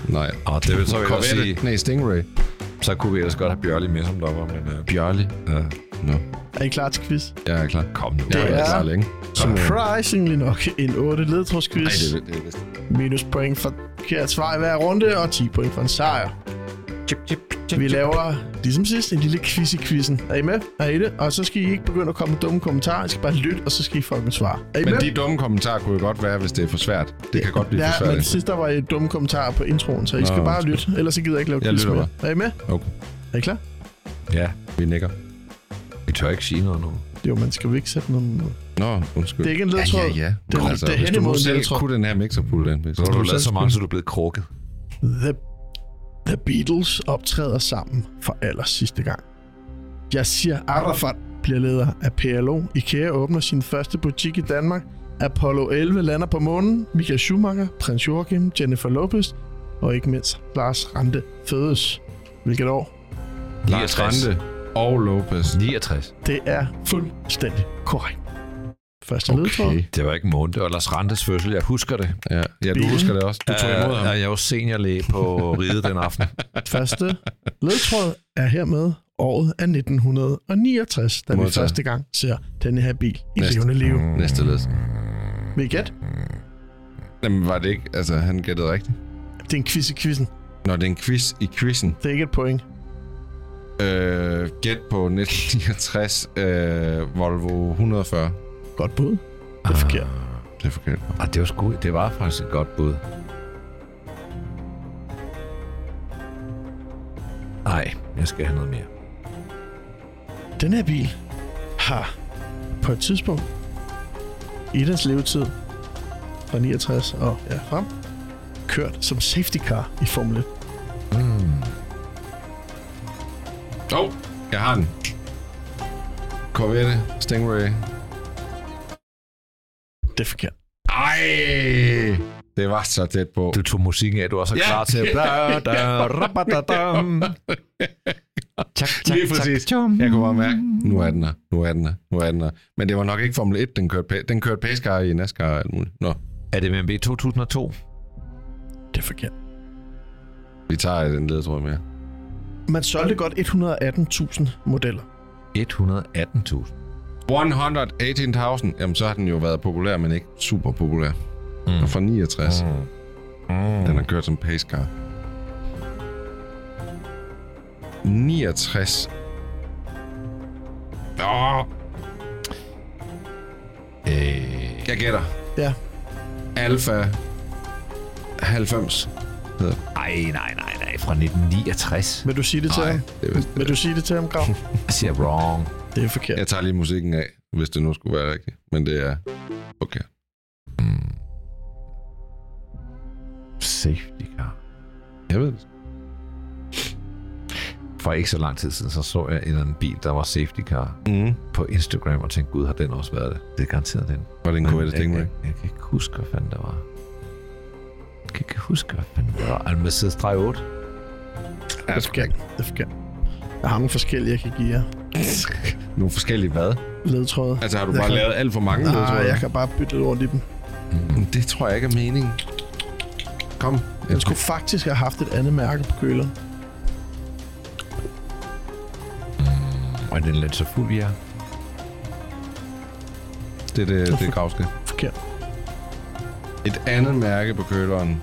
Nej. Og det vil så vil jeg sige, Nej, Stingray. så kunne vi ellers godt have Bjørli med som dommer, men uh, Bjørli. Ja. Nå. Er I klar til quiz? Jeg er klar. Kom nu. Jeg Det er er- klar længe. Surprisingly nok en otte ledtrådsquiz. Nej, det er det. Minus point for forkert svar i hver runde, og ti point for en sejr. Vi laver, ligesom sidst, en lille quiz i quizzen. Er I med? Er I det? Og så skal I ikke begynde at komme med dumme kommentarer. I skal bare lytte, og så skal I fucking svare. Er I Men med? de dumme kommentarer kunne jo godt være, hvis det er for svært. Det kan godt blive ja, for svært. men sidst der var I dumme kommentarer på introen, så I Nå, skal bare undskyld. lytte. Ellers så gider jeg ikke lave Jeg quiz lytter mere. Er I med? Okay. Er I klar? Ja, Vi nikker. vi tør ikke sige noget nu. Jo, man skal jo ikke sætte nogen... Nå, undskyld. Det er ikke en ledtråd. Ja, ja, ja. Det er- altså, det er hvis hen du nu imod en selv ledtråd. kunne den her mixerpool, den. Hvis Så har du du lavet selv så mange, spille. så du er blevet krukket. The, The Beatles optræder sammen for aller sidste gang. Yasser Arafat bliver leder af P L O. IKEA åbner sin første butik i Danmark. Apollo elleve lander på månen. Michael Schumacher, Prins Joachim, Jennifer Lopez og ikke mindst Lars Rante fødes. Hvilket år? Lars niogtres. Rante og Lopez. niogtres. Det er fuldstændig korrekt. Første ledtråd. Okay. Det var ikke måned, det var Lars Rantes fødsel. Jeg husker det. Ja, ja du Bilen. husker det også. Du tog imod ham. Uh, jeg var seniorlæge på Ride den aften. Første ledtråd er hermed året af nitten niogtres, da vi Modtaget. første gang ser denne her bil i Næste. levende liv. Næste led. Vil I gætte? Jamen, var det ikke... Altså, han gættede rigtigt. Det er en quiz i quizzen. Når det er en quiz i quizzen. Det er ikke et point. Øh, gæt på nitten niogtres øh, Volvo et hundrede og fyrre. Godt bud. Det er forkert. Det er forkert. Ah, det var sgu, det var faktisk et godt bud. Nej, jeg skal have noget mere. Den her bil har på et tidspunkt i dens levetid fra niogtres og ja, frem kørt som safety car i Formel et. Åh, oh, jeg har den. Corvette, Stingray. Det er forkert. Ej, det var så tæt på. Du tog musikken af, du var så Ja. klar til. Bla, da, rabadadam. Tjak, tjak, Lige præcis. tjak, tjum. Jeg kunne bare mærke, nu er den her, nu er den her, nu er den her. Men det var nok ikke Formel et, den kørte, pa- den kørte pacecar i NASCAR og alt muligt. Nå, Er det med M B to tusind og to? Det er forkert. vi tager den ledetråd mere. Man solgte godt et hundrede og atten tusind modeller. et hundrede og atten tusind. et hundrede og atten tusind, jamen så har den jo været populær, men ikke super populær. Mm. Og fra niogtres, Mm. Mm. den har kørt som pacecar. niogtres. Åh, Øh, jeg gætter. Ja. Alfa halvfems. ej, nej, nej, nej. Fra nitten niogtres. Vil du sige det til Nej, ham? det er vist Vil du sige det til ham, Grav? Jeg siger wrong. Det er forkert. Jeg tager lige musikken af, hvis det nu skulle være rigtigt. Men det er okay. Mm. Safety car. Jeg ved det. For ikke så lang tid siden, så så jeg en eller anden bil, der var safety car Mm. på Instagram, og tænkte, gud, har den også været det? Det er garanteret den. Var det en Men Corvette jeg, Stingray? jeg, jeg kan ikke huske, hvad fanden der var. Jeg kan ikke huske, hvad fanden der var. Er det Mercedes tre otte? Det er forkert. Det er forkert. Jeg har nogle forskellige, jeg kan give jer. Nogle forskellige hvad? Ledtråde. Altså har du Jeg bare kan- lavet alt for mange Nej, ledtråde? jeg kan bare bytte lidt rundt i dem. Men det tror jeg ikke er meningen. Kom. Jeg skulle faktisk have haft et andet mærke på køleren. Og den lidt så fuld, ja. Det er det, det er gravske. Forkert. Et andet mærke på køleren.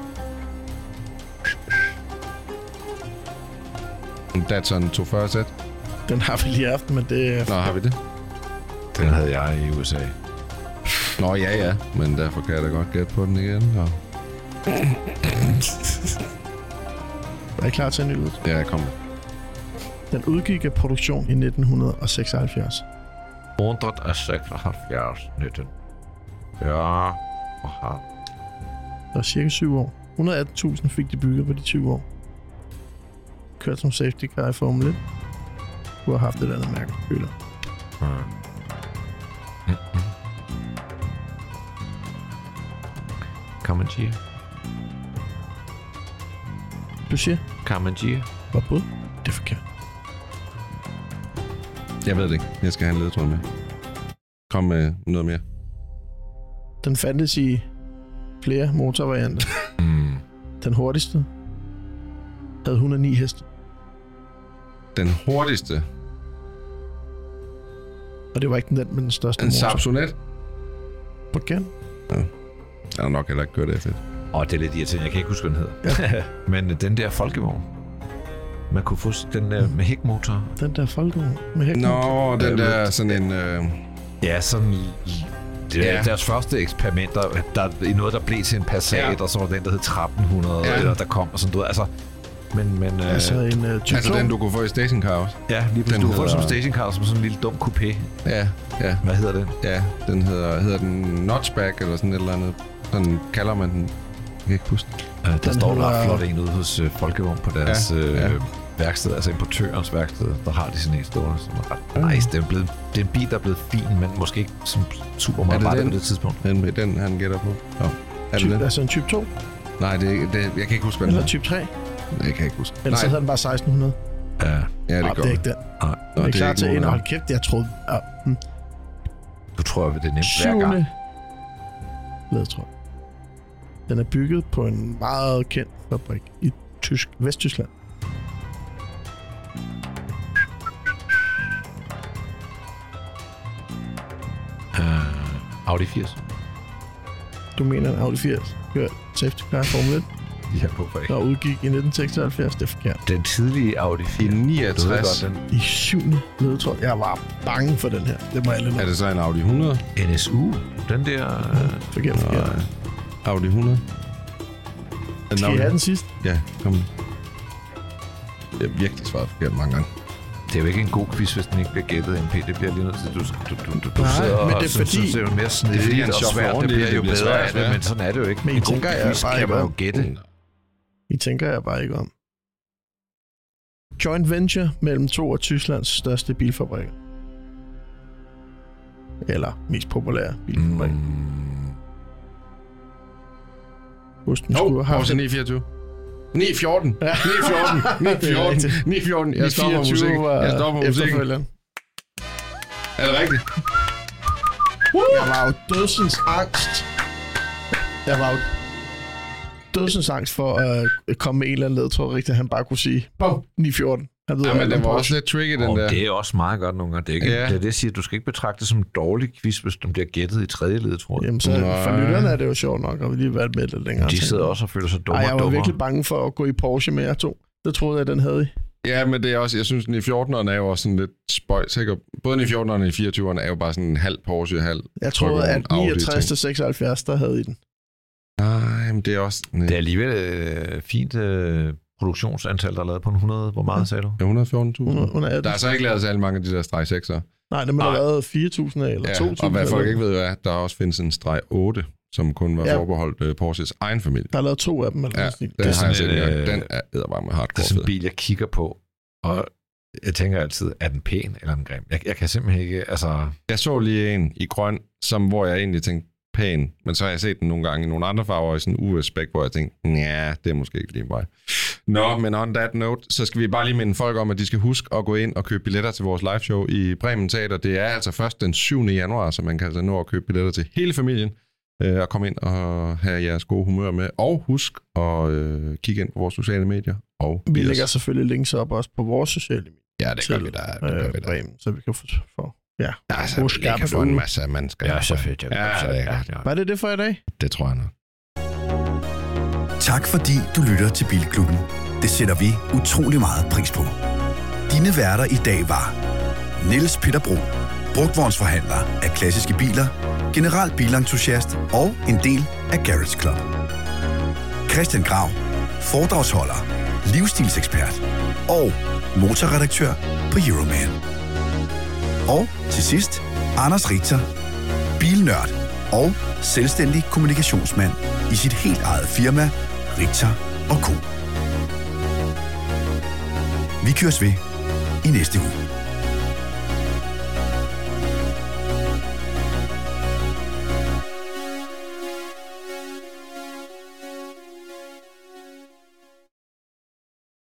En Datsun to fyrre Z. Den har vi lige haft, men det er... Nå, har vi det? Den havde jeg i U S A. Nå, ja, ja. Men derfor kan jeg da godt gætte på den igen. Og... Er I klar til en ny ledtråd? Ja, kom. Den udgik af produktion i nitten seksoghalvfjerds. et hundrede og seksoghalvfjerds nitten. Ja. Aha. Det var cirka syv år. et hundrede og atten tusind fik de bygget på de tyve år. Kørt som safety car i Formel et. Du har haft et andet mærke på køleren. Mm. Mm-mm. Comanche. Du siger, Comanche. hvad bud? Det er forkert. Jeg ved det ikke. Jeg skal have en ledetråd med. Kom med noget mere. Den fandtes i flere motorvarianter. Mm. Den hurtigste havde et hundrede og ni heste. Den hurtigste. Og det var ikke den med den største En motor. Saab Sonet. På gen. Ja. Jeg har nok heller ikke kørt det fedt. Åh, det er lidt irriterende. Jeg kan ikke huske, hvad den hedder. Ja. Men den der folkevogn. Man kunne få den der med hækmotor. Den der folkevogn med hækmotor. Nå, den der sådan en... Øh... Ja, sådan... Det er Ja. deres første eksperimenter. Der er noget, der blev til en Passat, Ja. og så var den, der hed tretten hundrede, Ja. eller der kom, og sådan noget. Altså, men... men Altså øh, en uh, type Altså to. den, du kunne få i stationcar også. ja, lige pludselig. den Du får det som hedder- stationcar, som sådan en lille dum coupé. Ja, ja, Hvad hedder den? ja. Den hedder, hedder den Notchback eller sådan et eller andet. Sådan kalder man den. Jeg kan ikke huske det. Uh, der Den står der hedder- flot en ude hos uh, Folkevogn på deres Ja, ja, ja. øh, værksted, altså importørens værksted. Der har de sådan en stående, som er ret Mm. nice. Det er, blevet, det er en bil, der er blevet fin, men måske ikke som super meget det bare den? på det tidspunkt. Den, den han gætter på. Ja. Er det Type, den? altså en type to. Nej, det, er ikke- det, jeg kan ikke huske, hvad den Eller hedder. type tre. Det kan jeg ikke huske. Eller så Nej, hedder den bare seksten hundrede. Ja. ja, det Nå, går. det er ikke den. Nej. Den Nå, er det er klar ikke til en. nogen Hold kæft, jeg troede... Ja. Hm. Du tror, at det er nemt hver gang. Syvende ledetråd. Den er bygget på en meget kendt fabrik i Tysk, Vesttyskland. Uh, Audi firs. Du mener en Audi firs kørt safety car Formel et, Ja, hvorfor ikke? der udgik i nitten seksoghalvfjerds. Det er forkert. Den tidlige Audi I firs. Du ved niogtres. godt, den I syvende ledetråd. Jeg var bange for den her. Det må alle Er know. det så en Audi hundrede? N S U. Den der... Uh, Forkert, forkert. Nej. Audi hundrede? En Skal I Audi- have den sidste? Ja, kom. Det er virkelig svaret forkert mange gange. det er jo ikke en god quiz, hvis den ikke bliver gættet, M P. Det bliver lige nødt til, du, du, du, du, du Nej, sidder men og det er synes, fordi- synes, det er jo mere Det er fordi, snedigt han og sjofler svært. rundt Det i det, bliver jo det bliver bedre svært, af det, ja. men sådan er det jo ikke. Men I En god tænker, jeg quiz bare kan ikke man jo om. gætte. I tænker jeg bare ikke om. Joint venture mellem to af Tysklands største bilfabrikker. Eller mest populære bilfabrikker. Mm. Husk, den Jo, skulle have haft Porsche en- ni fireogtyve. ni fjorten. Ja. ni fjorten. ni Det er fjorten. rigtigt. ni fjorten. Jeg stopper fireogtyve musikken. var Jeg stopper musikken. efterfølgeren. Er det rigtigt? Jeg var jo dødsens angst. Jeg var jo dødsens angst for at komme med en eller anden ledtråd rigtigt, han bare kunne sige, bum, ni fjorten. Han ved Ja, alt men om det var Porsche. også lidt tricky, den Og der. det er også meget godt nogle gange. Det er, ikke, Ja. det, er det, jeg siger. Du skal ikke betragte det som en dårlig quiz, hvis den bliver gættet i tredje led, tror jeg. Jamen, så Nej. for lytterne er det jo sjovt nok, og vi lige været med lidt længere. De sidder også og føler sig dummere Ej, jeg og var dummere. virkelig bange for at gå i Porsche med jer to. Det troede jeg, den havde I. Ja, men det er også, jeg synes, den i fjorteneren er jo også sådan lidt spøjs. Ikke? Både den i fjorteneren og i fireogtyveren er jo bare sådan en halv Porsche, halv. Jeg troede, Rykker at Audi niogtres ting. til seksoghalvfjerds, der havde I den. Nej, men det er også... Nej. Det er alligevel øh, fint øh, produktionsantal, der er lavet på en hundrede. Hvor meget sagde du? Ja, et hundrede og fjorten tusind. Under, under atten. Der er så ikke lavet særlig mange af de der streg sekser. Nej, dem er der Nej. lavet fire tusind af, eller Ja, to tusind. og hvad folk eller- ikke ved, er, at der også findes en streg otte, som kun var Ja. forbeholdt uh, Porsches egen familie. Der er lavet to af dem, eller Ja, noget stil. den er har jeg sådan set en, engang. øh, Den er edderbarme med Det er hardcore sådan en fed. bil, jeg kigger på, og jeg tænker altid, er den pæn eller er den grim? Jeg, jeg kan simpelthen ikke, altså... Jeg så lige en i grøn, som, hvor jeg egentlig tænkte, pæn, men så har jeg set den nogle gange i nogle andre farver i sådan en U S-spec, hvor jeg tænkte, ja, det er måske ikke lige mig. Nå, men on that note, så skal vi bare lige minde folk om, at de skal huske at gå ind og købe billetter til vores liveshow i Bremen Teater. Det er altså først den syvende januar, så man kan altså nå at købe billetter til hele familien, øh, og komme ind og have jeres gode humør med. Og husk at øh, kigge ind på vores sociale medier. Og Vi giv os- lægger selvfølgelig links op også på vores sociale medier. Ja, det gør til, vi da. Det gør øh, vi da. Bremen, så vi kan få... få ja, Ja, så Husk det kan skarpe du en fugle. masse af mennesker. Ja, så fedt. Jeg Ja, det er godt. ja. Var det det for i dag? Det tror jeg nok. Tak fordi du lytter til Bilklubben. Det sætter vi utrolig meget pris på. Dine værter i dag var Niels Peter Bro, brugtvognsforhandler af klassiske biler, general bilentusiast og en del af Garage Club. Christian Grav, foredragsholder, livsstilsekspert og motorredaktør på Euroman. Og til sidst, Anders Richter, bilnørd og selvstændig kommunikationsmand i sit helt eget firma, Richter og Co. Vi køres ved i næste uge.